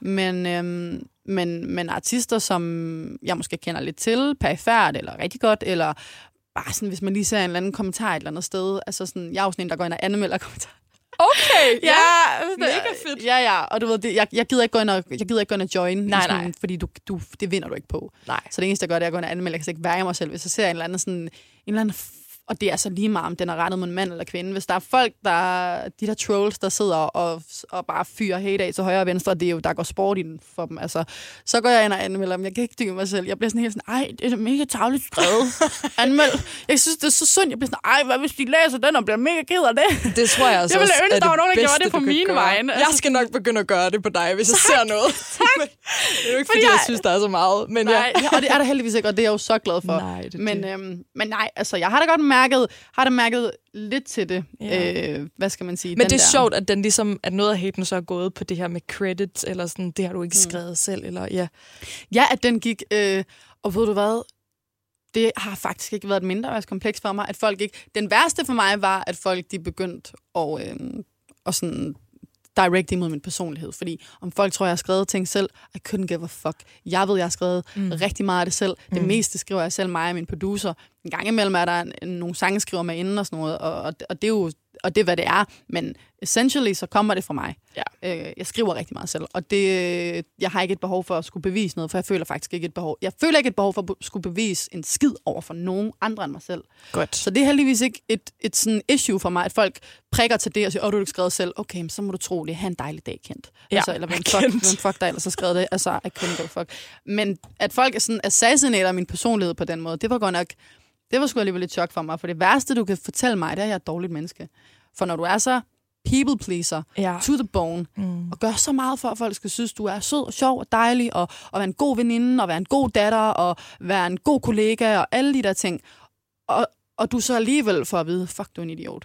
Men artister, som jeg måske kender lidt til, perifært eller rigtig godt, eller bare sådan, hvis man lige ser en eller anden kommentar et eller andet sted. Altså sådan, jeg er jo sådan en, der går ind og anmelder kommentarer. Okay, ja, mega fedt. Ja, og du ved, jeg gider ikke gå ind og join, nej. fordi det vinder du ikke på. Nej. Så det eneste, jeg gør, det er at gå ind og anmelde. Jeg kan ikke værge mig selv, hvis jeg ser en eller anden og det er så lige meget, om den er rettet mod en mand eller kvinde. Hvis der er folk, de der trolls, der sidder og bare fyrer hate af til højre og venstre, det er jo, der går sport i den for dem. Altså, så går jeg ind og anmelder dem. Jeg kan ikke dykke mig selv. Jeg bliver sådan helt sådan, ej, det er mega tarveligt skrevet. Anmeld. Jeg synes, det er så synd. Jeg bliver sådan, ej, hvad hvis de læser den og bliver mega ked af det? Det tror jeg altså jeg ville også ønske, der var nogen, der bedste, gjorde det på mine vegne. Jeg skal nok begynde at gøre det på dig, hvis jeg ser noget. Tak. Det er jo ikke, fordi jeg synes, der er så meget. Men nej, og det er der heldigvis ikke, og det er jeg jo så glad for. Nej, men nej, altså, jeg har da godt mærket lidt til det. Ja. Hvad skal man sige? Men det er sjovt, at den ligesom, at noget af haten så er gået på det her med credits, eller sådan, det har du ikke skrevet selv, eller Ja, at den gik, og ved du hvad, det har faktisk ikke været et mindre kompleks for mig, at folk ikke... Den værste for mig var, at folk de begyndte at sådan direct imod min personlighed, fordi om folk tror, jeg har skrevet ting selv, I couldn't give a fuck. Jeg ved, jeg har skrevet rigtig meget af det selv. Det meste skriver jeg selv, mig og min producer. En gang imellem er der nogle sange, skriver med inden og sådan noget, og det er jo og det er, hvad det er, men essentially så kommer det fra mig. Ja. Jeg skriver rigtig meget selv, og jeg har ikke et behov for at skulle bevise noget, for jeg føler faktisk ikke et behov. Jeg føler ikke et behov for at skulle bevise en skid over for nogen andre end mig selv. Godt. Så det er heldigvis ikke et sådan issue for mig, at folk prikker til det og siger, du har ikke skrevet selv. Okay, så må du tro det. Ha' en dejlig dag, Kent. Ja, altså, eller hvem fuck der ellers har skrevet det. Altså, I couldn't go fuck. Men at folk er sådan assassinater min personlighed på den måde, det var godt nok, det var sgu alligevel lidt chok for mig, for det værste, du kan fortælle mig, det er, at jeg er et dårligt menneske. For når du er så people pleaser, to the bone, og gør så meget for, at folk skal synes, du er sød og sjov og dejlig, og være en god veninde, og være en god datter, og være en god kollega, og alle de der ting. Og du så alligevel får at vide, fuck, du er en idiot.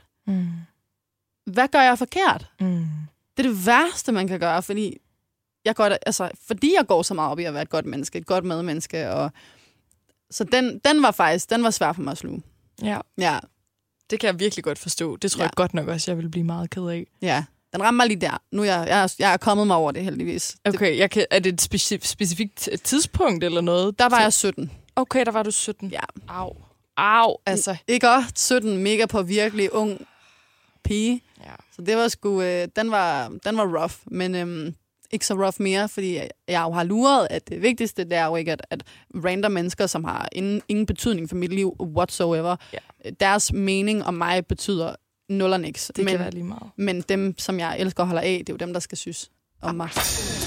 Hvad gør jeg forkert? Det er det værste, man kan gøre, fordi jeg går så meget op i at være et godt menneske, et godt medmenneske, og så den var svær for mig at sluge. Ja. Det kan jeg virkelig godt forstå. Det tror jeg godt nok også, jeg vil blive meget ked af. Ja, den rammer mig lige der. Nu jeg er kommet mig over det, heldigvis. Okay, er det et specifikt tidspunkt eller noget? Der var jeg 17. Okay, der var du 17. Ja. Au. Altså. Ikke også 17, mega på virkelig ung pige. Ja. Så det var sgu, den var rough, men ikke så rough mere, fordi jeg jo har luret, at det vigtigste, det er jo ikke, at random mennesker, som har ingen betydning for mit liv whatsoever, deres mening om mig betyder nul og niks. Det kan være lige meget. Men dem, som jeg elsker og holder af, det er jo dem, der skal synes om mig.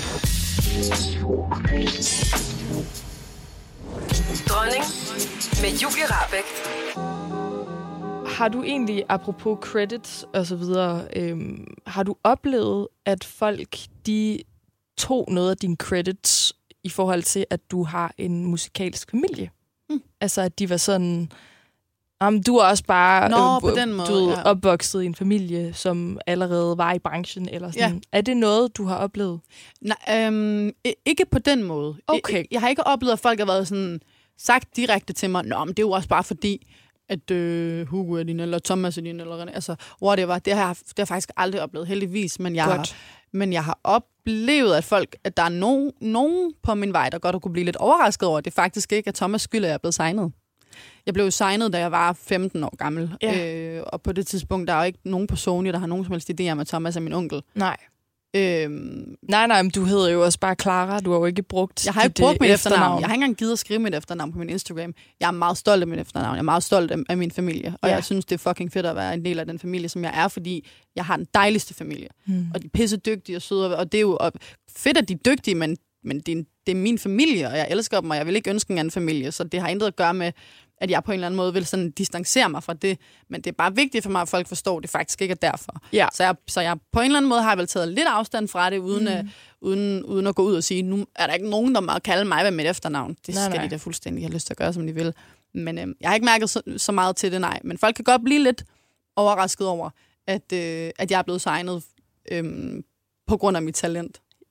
Dronning med Julie Rahbek. Har du egentlig, apropos credits og så videre, har du oplevet, at folk, de tog noget af dine credits i forhold til, at du har en musikalsk familie? Altså, at de var sådan, du er også bare på den måde, opvokset i en familie, som allerede var i branchen, eller sådan. Ja. Er det noget, du har oplevet? Nej, ikke på den måde. Okay. Jeg har ikke oplevet, at folk har været sådan sagt direkte til mig, men det er jo også bare fordi, at Hugo er din, eller Thomas er din, eller altså whatever. Det har jeg faktisk aldrig oplevet, heldigvis. Men jeg har oplevet, at der er nogen på min vej, der godt kunne blive lidt overrasket over, at det faktisk ikke er Thomas skyld, at jeg er blevet signet. Jeg blev jo signet, da jeg var 15 år gammel. Ja. Og på det tidspunkt, der er jo ikke nogen på Sony, der har nogen som helst idé om, at Thomas er min onkel. Nej. Nej, men du hedder jo også bare Clara. Du har jo ikke brugt Jeg har ikke brugt mit efternavn. Jeg har ikke engang givet at skrive mit efternavn på min Instagram. Jeg er meget stolt af mit efternavn. Jeg er meget stolt af min familie. Og jeg synes, det er fucking fedt at være en del af den familie, som jeg er, fordi jeg har den dejligste familie. Og de er pisse dygtige og søde. Og det er jo fedt, at de er dygtige, men det er min familie, og jeg elsker dem, og jeg vil ikke ønske en anden familie. Så det har intet at gøre med, at jeg på en eller anden måde vil sådan distancere mig fra det. Men det er bare vigtigt for mig, at folk forstår, at det faktisk ikke er derfor. Ja. Så jeg på en eller anden måde har jeg vel taget lidt afstand fra det, uden at gå ud og sige, nu er der ikke nogen, der må kalde mig ved mit efternavn. Det skal de da fuldstændig have lyst til at gøre, som de vil. Men jeg har ikke mærket så meget til det, nej. Men folk kan godt blive lidt overrasket over, at jeg er blevet signet på grund af mit talent.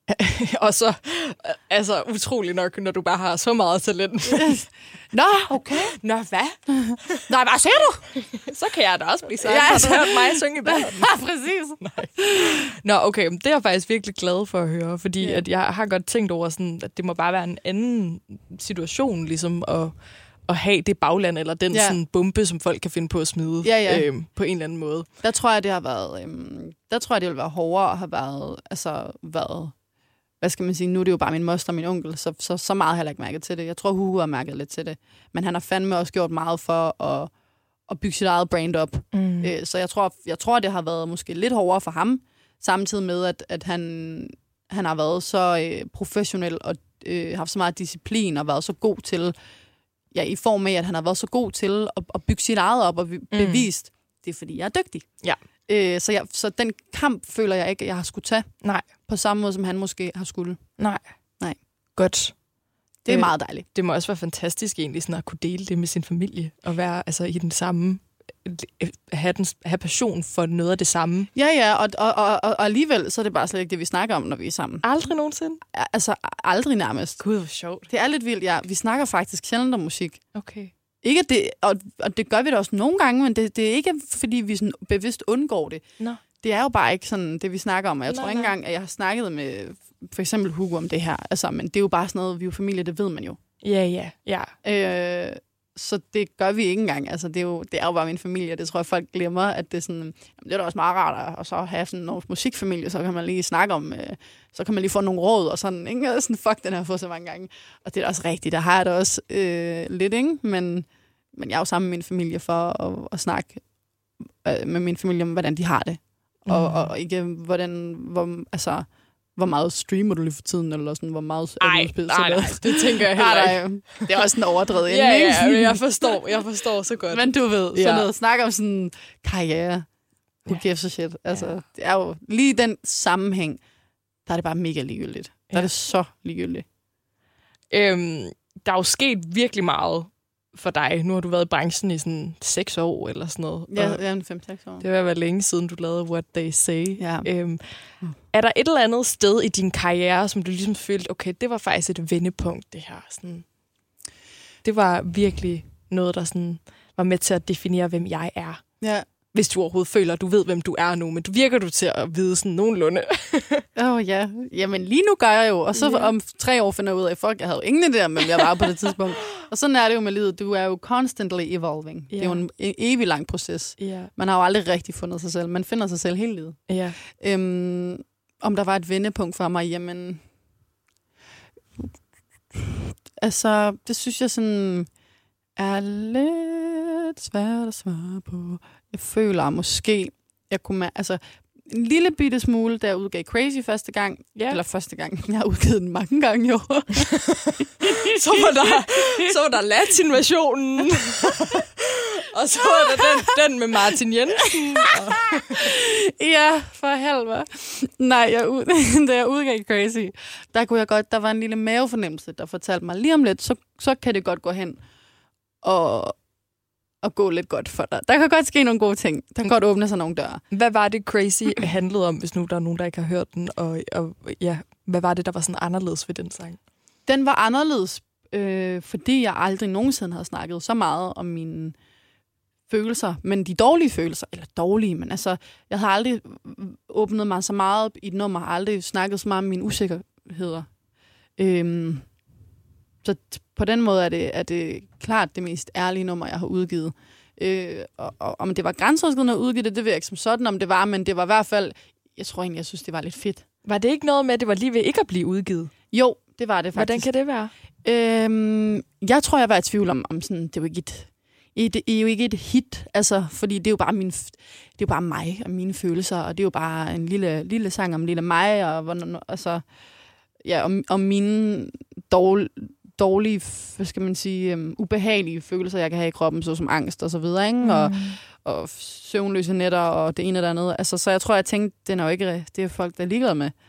Og så, altså utrolig nok, når du bare har så meget talent. Nå, okay. Nå, hvad? Nej, hvad siger du? Så kan jeg da også blive sagt. Ja, Har altså. du hørt mig synge i baden? Ja, præcis. Nej. Nå, okay, det er jeg faktisk virkelig glad for at høre, fordi at jeg har godt tænkt over, sådan, at det må bare være en anden situation, ligesom at have det bagland, eller den sådan bombe, som folk kan finde på at smide på en eller anden måde. Der tror jeg, det har været... der tror jeg, det ville være hårdere at have været... Hvad skal man sige? Nu er det jo bare min moster og min onkel, så meget har jeg ikke mærket til det. Jeg tror, Hugo har mærket lidt til det. Men han har fandme også gjort meget for at bygge sit eget brand op. Så jeg tror, det har været måske lidt hårdere for ham, samtidig med, at han har været så professionel og haft så meget disciplin og været så god til... Ja, i form af, at han har været så god til at bygge sit eget op og bevist, det er fordi, jeg er dygtig. Ja. Så den kamp føler jeg ikke, at jeg har skulle tage. Nej. På samme måde, som han måske har skulle. Nej. Godt. Det er meget dejligt. Det må også være fantastisk egentlig sådan at kunne dele det med sin familie og være altså i den samme have passion for noget af det samme. Ja, og alligevel så er det bare slet ikke det, vi snakker om, når vi er sammen. Aldrig nogensinde? Altså aldrig nærmest. Gud, hvor sjovt. Det er lidt vildt, ja. Vi snakker faktisk sjældent om musik. Okay. Ikke det, og det gør vi da også nogle gange, men det er ikke, fordi vi sådan bevidst undgår det. Nå. Det er jo bare ikke sådan det, vi snakker om. Jeg tror ikke engang, at jeg har snakket med for eksempel Hugo om det her. Altså, men det er jo bare sådan noget, vi er jo familie, det ved man jo. Ja. Så det gør vi ikke engang. Altså, det er jo bare min familie, og det tror jeg, folk glemmer, at det er sådan, det er da også meget rart at så have sådan noget musikfamilie, så kan man lige snakke om, så kan man lige få nogle råd, og sådan, ikke? Og sådan, fuck, den har jeg fået så mange gange. Og det er da også rigtigt, der har jeg det også lidt, ikke? Men jeg er jo sammen med min familie for at snakke med min familie om, hvordan de har det. Og ikke, hvor meget streamer du lige for tiden, eller sådan, hvor meget nej, det tænker jeg heller ikke. Det er også en overdrevet ja, jeg forstår så godt. Men du ved, sådan noget, snak om sådan karriere, who gives a shit. Altså, det er jo lige den sammenhæng, der er det bare mega ligegyldigt. Der er det så ligegyldigt. Der er jo sket virkelig meget for dig. Nu har du været i branchen i sådan 6 år eller sådan noget. Ja, 5-6 år. Det har været længe siden, du lavede What They Say. Ja. Er der et eller andet sted i din karriere, som du ligesom følte, okay, det var faktisk et vendepunkt, det her? Sådan, det var virkelig noget, der sådan var med til at definere, hvem jeg er. Ja. Hvis du overhovedet føler, at du ved, hvem du er nu, men du virker du til at vide sådan nogenlunde. Ja. Jamen lige nu gør jeg jo, og så om 3 år finder jeg ud af, at folk, jeg havde jo ingen idé, men jeg var på det tidspunkt. Og sådan er det jo med livet. Du er jo constantly evolving. Det er jo en evig lang proces. Man har jo aldrig rigtig fundet sig selv. Man finder sig selv hele livet. Om der var et vendepunkt for mig, jamen... Altså, det synes jeg sådan er lidt svært at svare på. Jeg føler måske, jeg kunne... Altså, en lille bitte smule, da jeg udgav Crazy første gang. Eller første gang. Jeg har udgivet den mange gange, jo. så var der Latin-versionen. Og så var der den med Martin Jensen. Ja, for helvede. Nej, da jeg udgav Crazy, der kunne jeg godt... Der var en lille mavefornemmelse, der fortalte mig lige om lidt, så kan det godt gå hen og gå lidt godt for dig. Der kan godt ske nogle gode ting. Der kan godt åbne sig nogle døre. Hvad var det Crazy handlede om, hvis nu der er nogen, der ikke har hørt den? Og hvad var det, der var sådan anderledes ved den sang? Den var anderledes, fordi jeg aldrig nogensinde havde snakket så meget om mine følelser. Men de dårlige følelser, eller dårlige, men altså, jeg havde aldrig åbnet mig så meget i et nummer, har aldrig snakket så meget om mine usikkerheder. Så på den måde er det klart det mest ærlige nummer, jeg har udgivet. Og om det var grænseoverskridende at udgive det ved jeg ikke som sådan, om det var, men det var i hvert fald, jeg tror egentlig, jeg synes, det var lidt fedt. Var det ikke noget med, at det var lige ved ikke at blive udgivet? Jo, det var det faktisk. Hvordan kan det være? Jeg tror, jeg var i tvivl om sådan, det er jo ikke et hit, altså, fordi det er jo bare det er jo bare mig og mine følelser, og det er jo bare en lille sang om lille mig, og altså, ja, om mine dårlige, hvad skal man sige, ubehagelige følelser, jeg kan have i kroppen, såsom angst og så videre, ikke? Og søvnløse nætter og det ene og det andet. Altså, så jeg tror, jeg tænkte, det er jo ikke det er folk, der er ligeglade med.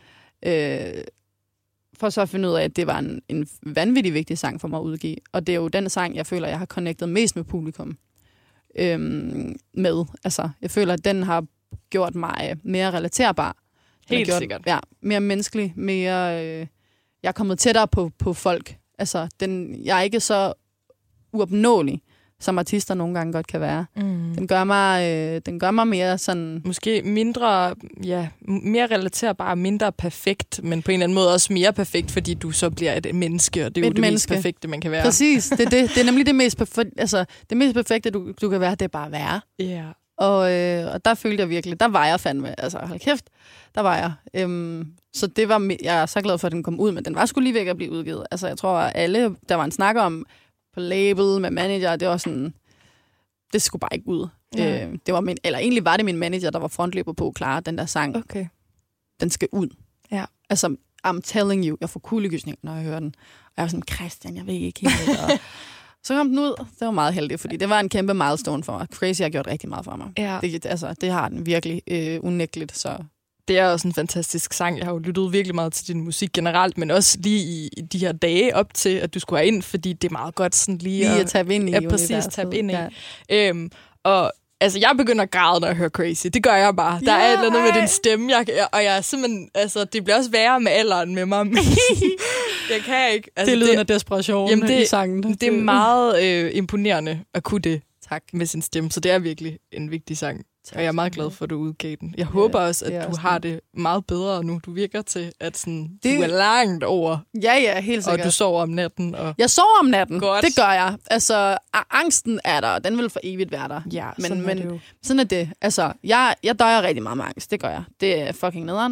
For så at finde ud af, at det var en vanvittig vigtig sang for mig at udgive. Og det er jo den sang, jeg føler, jeg har connectet mest med publikum med. Altså, jeg føler, at den har gjort mig mere relaterbar Helt sikkert. Ja, mere menneskelig, mere... jeg er kommet tættere på folk. Altså, jeg er ikke så uopnåelig, som artister nogle gange godt kan være. Den gør mig mere sådan... Måske mindre, mere relaterbar, mindre perfekt, men på en eller anden måde også mere perfekt, fordi du så bliver et menneske, og det er jo det mest perfekte, man kan være. Præcis, det er nemlig det mest perfekte, altså det mest perfekte, du kan være, det er bare at være. Ja. Og der følte jeg virkelig, der var jeg fandme, altså hold kæft, der var jeg. Så det var, jeg er så glad for, at den kom ud, men den var sgu lige væk at blive udgivet. Altså jeg tror, at alle, der var en snak om på label med manager, det var sådan, det skulle bare ikke ud. Ja. Egentlig var det min manager, der var frontløber på at klare den der sang. Okay. Den skal ud. Ja. Altså, I'm telling you, jeg får kuldegysning, når jeg hører den. Og jeg var sådan, Christian, jeg ved ikke helt. Og så kom den ud. Det var meget heldigt, fordi det var en kæmpe milestone for mig. Crazy har gjort rigtig meget for mig. Ja. Det har den virkelig unægteligt, så... Det er også en fantastisk sang. Jeg har jo lyttet virkelig meget til din musik generelt, men også lige i de her dage op til, at du skulle have ind, fordi det er meget godt sådan lige at tabe ind i universet. Præcis, tabe ind i. Ja. Og altså, jeg begynder at græde, når jeg hører Crazy. Det gør jeg bare. Der er et eller andet med din stemme, og jeg er simpelthen... Altså, det bliver også værre med alderen med mig. Jeg kan ikke. Altså, det lyder af desperation i sangen. Det er meget imponerende at kunne det. Tak. Med sin stemme, så det er virkelig en vigtig sang. Og jeg er meget glad for, at du udgav den. Jeg håber også, at du har det meget bedre nu. Du virker til, at sådan, du er langt over. Ja, helt sikkert. Og du sover om natten. Og... Jeg sover om natten. Godt. Det gør jeg. Altså, angsten er der. Den vil for evigt være der. Ja, men sådan er det. Altså, jeg døjer rigtig meget med angst. Det gør jeg. Det er fucking nederen.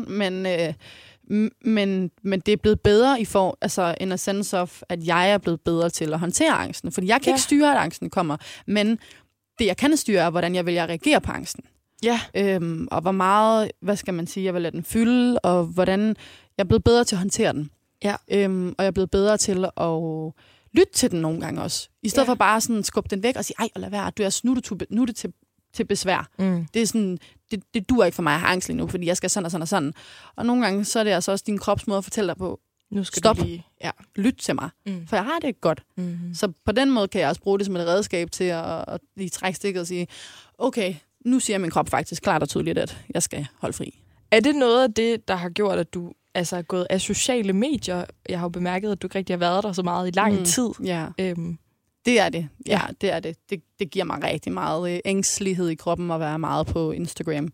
Men det er blevet bedre in a sense of, at jeg er blevet bedre til at håndtere angsten. Fordi jeg kan ikke styre, at angsten kommer. Men det, jeg kan styre, er, hvordan jeg vil reagere på angsten. Ja. Og hvor meget, hvad skal man sige, jeg vil lade den fylde, og hvordan jeg er blevet bedre til at håndtere den. Ja. Og jeg er blevet bedre til at lytte til den nogle gange også. I stedet for bare sådan skubbe den væk og sige, ej, lad være, nu er det til besvær. Det er sådan, det duer ikke for mig at have angst lige nu, fordi jeg skal sådan og sådan og sådan. Og nogle gange, så er det altså også din krops måde at fortælle dig på, nu skal stop, du lige lyt til mig, for jeg har det ikke godt. Så på den måde kan jeg også bruge det som et redskab til at lige trække stikket og sige, okay, nu siger min krop faktisk klart og tydeligt, at jeg skal holde fri. Er det noget af det, der har gjort, at du er gået af sociale medier? Jeg har jo bemærket, at du ikke rigtig har været der så meget i lang tid. Ja. Det er det. Ja, det er det. Det giver mig rigtig meget ængstelighed i kroppen at være meget på Instagram.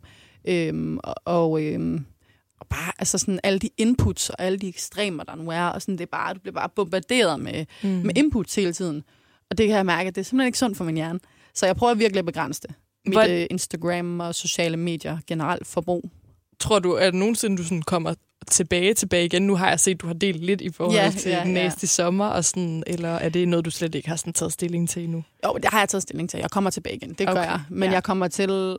Og bare altså sådan alle de inputs og alle de ekstremer, der nu er, og sådan, det er bare, du bliver bare bombarderet med inputs hele tiden. Og det kan jeg mærke, at det er simpelthen ikke sundt for min hjerne. Så jeg prøver virkelig at begrænse det. Mit Instagram og sociale medier generelt forbrug. Tror du, at nogensinde du sådan kommer tilbage igen? Nu har jeg set, at du har delt lidt i forhold til næste sommer, og sådan, eller er det noget, du slet ikke har sådan taget stilling til endnu? Jo, det har jeg taget stilling til. Jeg kommer tilbage igen. Det gør jeg. Men jeg kommer til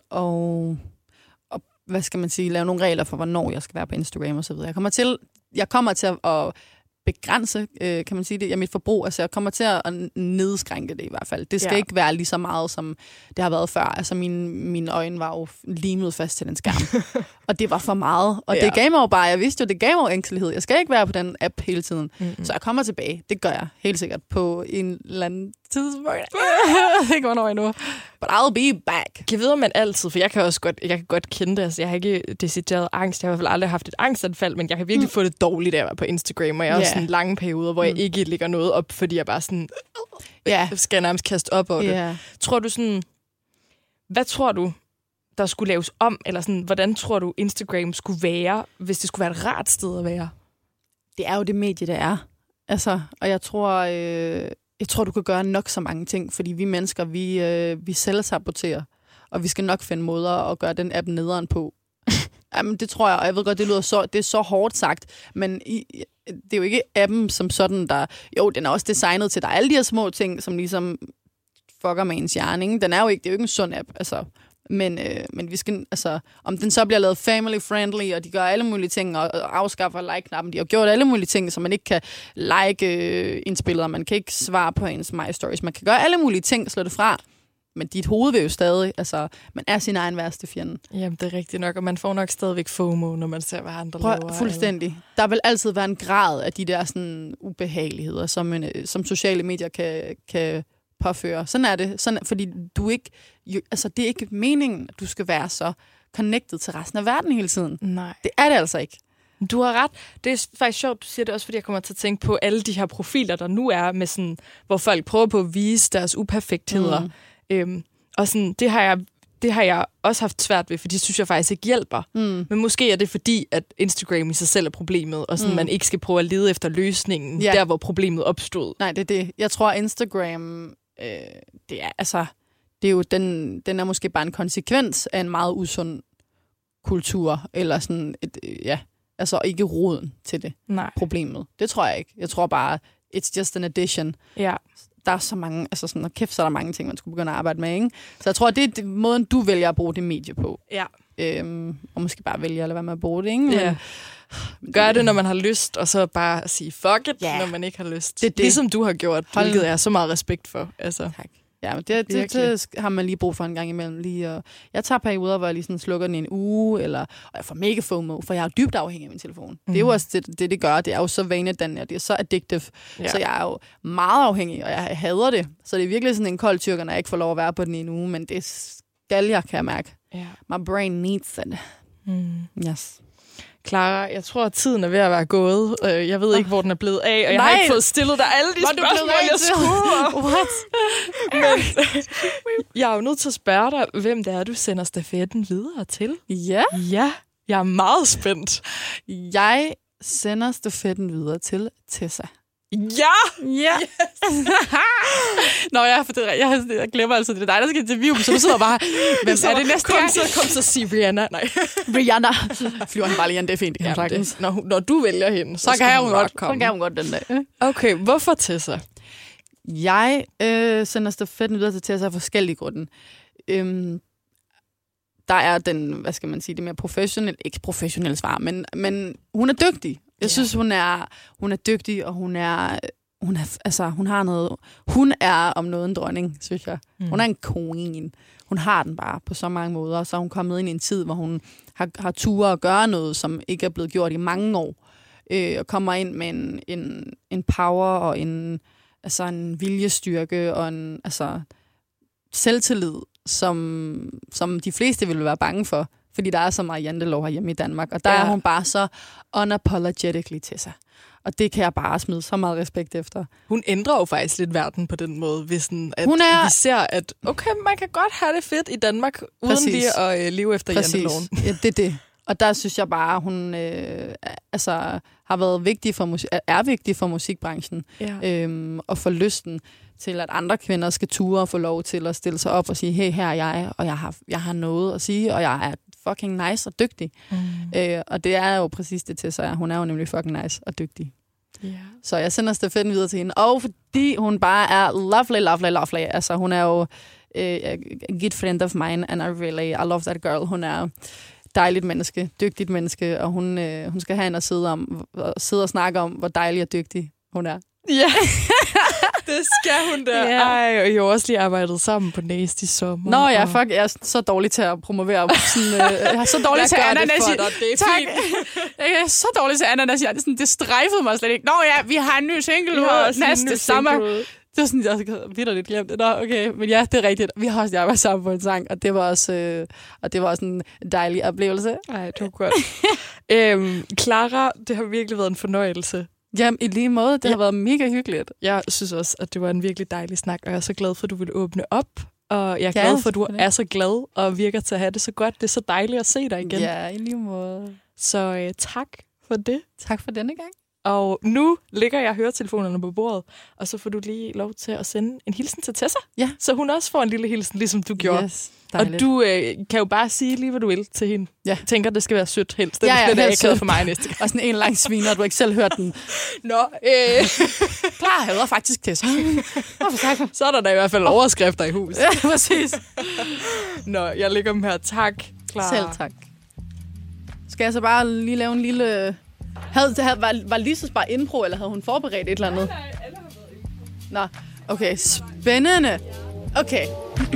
at hvad skal man sige, lave nogle regler for, hvornår jeg skal være på Instagram og så videre. Jeg kommer til at begrænse, kan man sige det, mit forbrug. Altså, jeg kommer til at nedskrænke det i hvert fald. Det skal ikke være lige så meget, som det har været før. Altså, mine øjne var jo limet fast til den skærm. Og det var for meget. Og det gav mig jo bare, jeg vidste jo, det gav mig ængstelighed. Jeg skal ikke være på den app hele tiden. Så jeg kommer tilbage. Det gør jeg helt sikkert på en eller anden tidspunkt. Jeg ved ikke, hvornår endnu. But I'll be back. Jeg ved man altid, for jeg kan godt kende det. Altså, jeg har ikke decideret angst. Jeg har i hvert fald aldrig haft et angstanfald, men jeg kan virkelig få det dårligt af at være på Instagram. Og jeg har også sådan lange perioder, hvor jeg ikke lægger noget op, fordi jeg bare sådan skal nærmest kaste op over det. Tror du sådan, hvad tror du, der skulle laves om? Eller sådan, hvordan tror du, Instagram skulle være, hvis det skulle være et rart sted at være? Det er jo det medie, det er. Altså, og jeg tror, du kan gøre nok så mange ting, fordi vi mennesker, vi selvsaboterer, og vi skal nok finde måder at gøre den app nederen på. Jamen, det tror jeg, og jeg ved godt, det er så hårdt sagt, men det er jo ikke appen som sådan, der... Jo, den er også designet til, der er alle de her små ting, som ligesom fucker med ens hjerne, ikke? Det er jo ikke en sund app, altså... Men vi skal, altså, om den så bliver lavet family-friendly, og de gør alle mulige ting, og afskaffer like-knappen, de har gjort alle mulige ting, så man ikke kan like ens billeder, man kan ikke svare på ens My Stories, man kan gøre alle mulige ting, slå det fra, men dit hoved vil jo stadig, altså, man er sin egen værste fjende. Jamen, det er rigtigt nok, og man får nok stadigvæk FOMO, når man ser, hvad andre laver. Fuldstændig. Eller? Der vil altid være en grad af de der sådan ubehageligheder, som sociale medier kan påføre. Sådan er det. Fordi det er ikke meningen, at du skal være så connected til resten af verden hele tiden. Nej. Det er det altså ikke. Du har ret. Det er faktisk sjovt, du siger det også, fordi jeg kommer til at tænke på alle de her profiler, der nu er, med sådan, hvor folk prøver på at vise deres uperfektheder. Og sådan, det har jeg også haft svært ved, for det synes jeg faktisk ikke hjælper. Men måske er det fordi, at Instagram i sig selv er problemet, og sådan, man ikke skal prøve at lede efter løsningen, der hvor problemet opstod. Nej, det er det. Jeg tror, Instagram, det er jo den er måske bare en konsekvens af en meget usund kultur, eller sådan altså ikke roden til det. Nej. Problemet. Det tror jeg ikke. Jeg tror bare, it's just an addition. Ja. Der er så mange, altså sådan, kæft, så er der mange ting, man skulle begynde at arbejde med, ikke? Så jeg tror, det er måden, du vælger at bruge det medie på. Ja. Og måske bare vælge at lade være med at bruge det, ikke? Ja. Gør det, når man har lyst, og så bare sige fuck it, når man ikke har lyst. Det. Ligesom du har gjort, hvilket er så meget respekt for. Altså. Tak. Ja, men det har man lige brug for en gang imellem. Jeg tager perioder, hvor jeg lige sådan slukker den i en uge, og jeg får mega FOMO, for jeg er dybt afhængig af min telefon. Det er jo også det gør. Det er jo så vanedannende, og det er så addictive. Ja. Så jeg er jo meget afhængig, og jeg hader det. Så det er virkelig sådan en kold tyrker, når jeg ikke får lov at være på den i en uge, men det skal jeg, kan jeg mærke. Yeah. My brain needs it. Yes. Clara, jeg tror, at tiden er ved at være gået. Jeg ved ikke, hvor den er blevet af, og jeg har ikke fået stillet dig alle de spørgsmål, jeg skulle. What? Men jeg er jo nødt til at spørge dig, hvem det er, du sender stafetten videre til. Ja. Ja, jeg er meget spændt. Jeg sender stafetten videre til Tessa. Ja! Ja! Yes. Nå, jeg glemmer altså, det er dig, der skal interviewe, så du sidder bare, hvem er det næste gang? Kom så sige Rihanna. Nej. Rihanna. Flyver han bare lige, det er fint. Når du vælger hende, så kan hun godt komme. Så kan hun godt den dag. Okay, hvorfor Tessa? Jeg sender stafetten videre til Tessa af forskellige grunde. Der er den, hvad skal man sige, det mere professionelle, ikke professionelle svar, men hun er dygtig. Jeg synes, hun er dygtig, og hun har noget. Hun er om noget en dronning, synes jeg. Hun er en queen. Hun har den bare på så mange måder, og så er hun kommet ind i en tid, hvor hun har turet at gøre noget, som ikke er blevet gjort i mange år, og kommer ind med en power og en viljestyrke og en selvtillid, som de fleste ville være bange for. Fordi der er så meget jantelov herhjemme i Danmark. Og der er hun bare så unapologetically til sig. Og det kan jeg bare smide så meget respekt efter. Hun ændrer jo faktisk lidt verden på den måde, hvis vi ser, at okay, man kan godt have det fedt i Danmark, uden lige at leve efter janteloven. Ja, det er det. Og der synes jeg bare, hun har været vigtig for musikbranchen. Ja. Og for lysten til, at andre kvinder skal ture og få lov til at stille sig op og sige, hey, her er jeg, og jeg har noget at sige, og jeg er fucking nice og dygtig. Og det er jo præcis det til sig. Hun er jo nemlig fucking nice og dygtig. Yeah. Så jeg sender stafetten videre til hende. Og fordi hun bare er lovely. Altså, hun er jo a good friend of mine, and I love that girl. Hun er dejligt menneske, dygtigt menneske, og hun skal have hende at sidde og snakke om, hvor dejlig og dygtig hun er. Ja, yeah. Det skal hun da. Yeah. Ej, og jeg har også lige arbejdet sammen på Nasty sommer. Nå ja, fuck, jeg er så dårlig til at promovere sådan, jeg er så dårlig til ananas. Jeg er så dårlig til ananas. Det strejfede mig slet ikke. Nå ja, vi har en ny single næste sommer. Det var sådan, jeg havde lidt glemt det. Nå, okay, men ja, det er rigtigt. Vi har også arbejdet sammen på en sang, og det var også en dejlig oplevelse. Ej, det var godt. Clara, det har virkelig været en fornøjelse. Jamen, i lige måde. Det har været mega hyggeligt. Jeg synes også, at det var en virkelig dejlig snak, og jeg er så glad for, at du ville åbne op. Og jeg er glad for, at du er så glad og virker til at have det så godt. Det er så dejligt at se dig igen. Ja, i lige måde. Så tak for det. Tak for denne gang. Og nu ligger jeg høretelefonerne på bordet, og så får du lige lov til at sende en hilsen til Tessa. Ja. Så hun også får en lille hilsen, ligesom du gjorde. Yes, og du kan jo bare sige lige, hvad du vil til hende. Ja. Jeg tænker, det skal være sødt helst. Det er lidt akavet for mig næste gang. Og sådan en lang sviner, du har ikke selv hørt den. Nå, Klar, jeg hedder faktisk Tessa. Så er der da i hvert fald overskrifter i huset. Ja, præcis. Nå, jeg lægger dem her. Tak, Clara. Selv tak. Skal jeg så bare lige lave en lille... Var Lises bare impro, eller havde hun forberedt et eller andet? Nej, alle har været impro. Nå, okay. Spændende. Okay.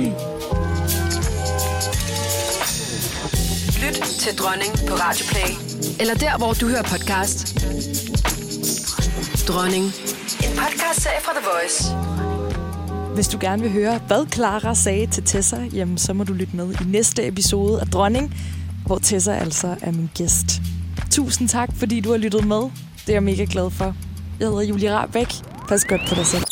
Lyt til Dronning på Radio Play. Eller der, hvor du hører podcast. Dronning. En podcast-serie fra The Voice. Hvis du gerne vil høre, hvad Clara sagde til Tessa, jamen, så må du lytte med i næste episode af Dronning. hvor Tessa altså er min gæst. Tusind tak, fordi du har lyttet med. Det er jeg mega glad for. Jeg hedder Julie Rahbek. Pas godt på dig selv.